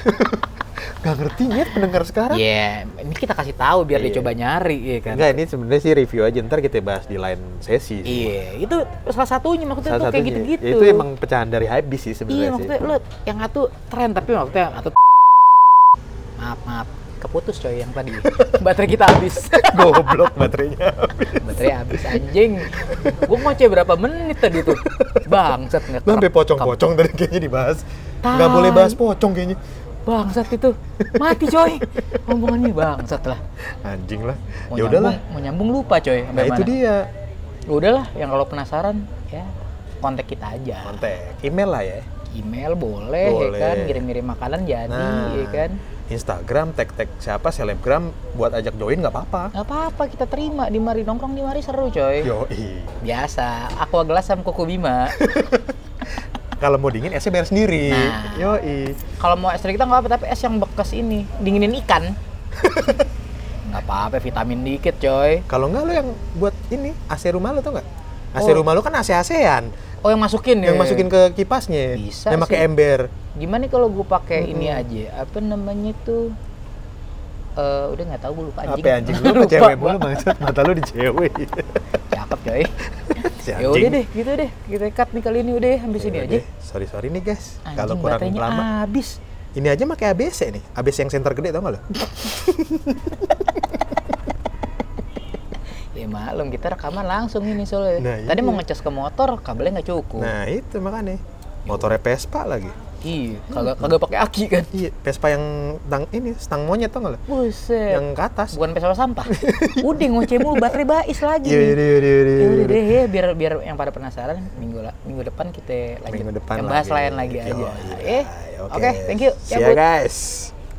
Gak ngerti, Nyet, pendengar sekarang. Iya, ini kita kasih tahu biar Iya. dia coba nyari ya kan. Enggak, ini sebenarnya sih review aja, ntar kita bahas di lain sesi sih. Iya, itu salah satunya maksudnya Salah tuh kayak satunya. gitu-gitu. Ya, itu emang pecahan dari hypebeast sih Iya, sebenarnya sih. maksudnya lu yang satu tren tapi maksudnya atau maaf maaf keputus coy yang tadi. Baterai kita habis. Goblok baterainya. Baterai habis anjing. Gua ngoceh berapa menit tadi tuh. Bangsat nggak. Lu sampai pocong-pocong tadi kayaknya dibahas. Tai. Nggak boleh bahas pocong kayaknya. Bangsat itu. Mati coy. Omongannya bangsat lah. Anjing lah. Mau Ya udahlah. nyambung- Mau nyambung lupa coy. Nah, itu dia. Udahlah, yang kalau penasaran ya kontak kita aja. Kontak. Email lah ya. Email boleh, Boleh. ya kan, ngirim-ngirim makanan jadi, Nah. ya kan. Instagram, tag-tag siapa, selebgram buat ajak join nggak apa-apa. Nggak apa-apa, kita terima. Di mari nongkrong di mari seru coy. Yoi. Biasa, aqua gelas sama Koko Bima. Kalau mau dingin esnya bayar sendiri. Nah. Yoi. Kalau mau es kita nggak apa, tapi es yang bekas ini, dinginin ikan. Nggak apa-apa, vitamin dikit coy. Kalau nggak lo yang buat ini A C rumah lo tau nggak? A C Oh. rumah lo kan A C-A C-an. Oh yang masukin ya? Yang masukin ke kipasnya. Bisa yang pakai sih. ember. Gimana kalau gue pakai Mm-mm. ini aja? Apa namanya tuh? Eh udah nggak tahu, gue lupa anjing. Apa ya, anjing lu sama Lupa cewek gua. mulu bangsat, mata lu di cewek. Cakep coy. Si Ya udah anjing. deh, gitu deh. Kita cut nih kali ini udah sampai sini Ya aja. udah, Sorry sorry nih guys. Anjing, Kalau kurang baterainya lama. habis. Ini aja pakai A B C nih. A B C yang center gede tau nggak lo? Ya maklum, kita rekaman langsung ini soalnya. Nah, Tadi iya. mau ngecas ke motor, kabelnya nggak cukup. Nah itu makanya. Motornya Vespa lagi. Iya, kagak kagak pakai aki kan. Iya, Vespa yang tang ini stang monyet tau nggak lo? Buset. Yang ke atas. Bukan pesawat sampah. Udah ngoceh mulu, baterai bais lagi. Iya, nih. iya, iya, iya, Ya iya. udah deh ya, biar biar yang pada penasaran minggu la, minggu depan kita lanjut Minggu depan yang bahas lagi. lain lagi Yo, aja. iya. Eh, Oke. oke, thank you. See ya Cabut. guys.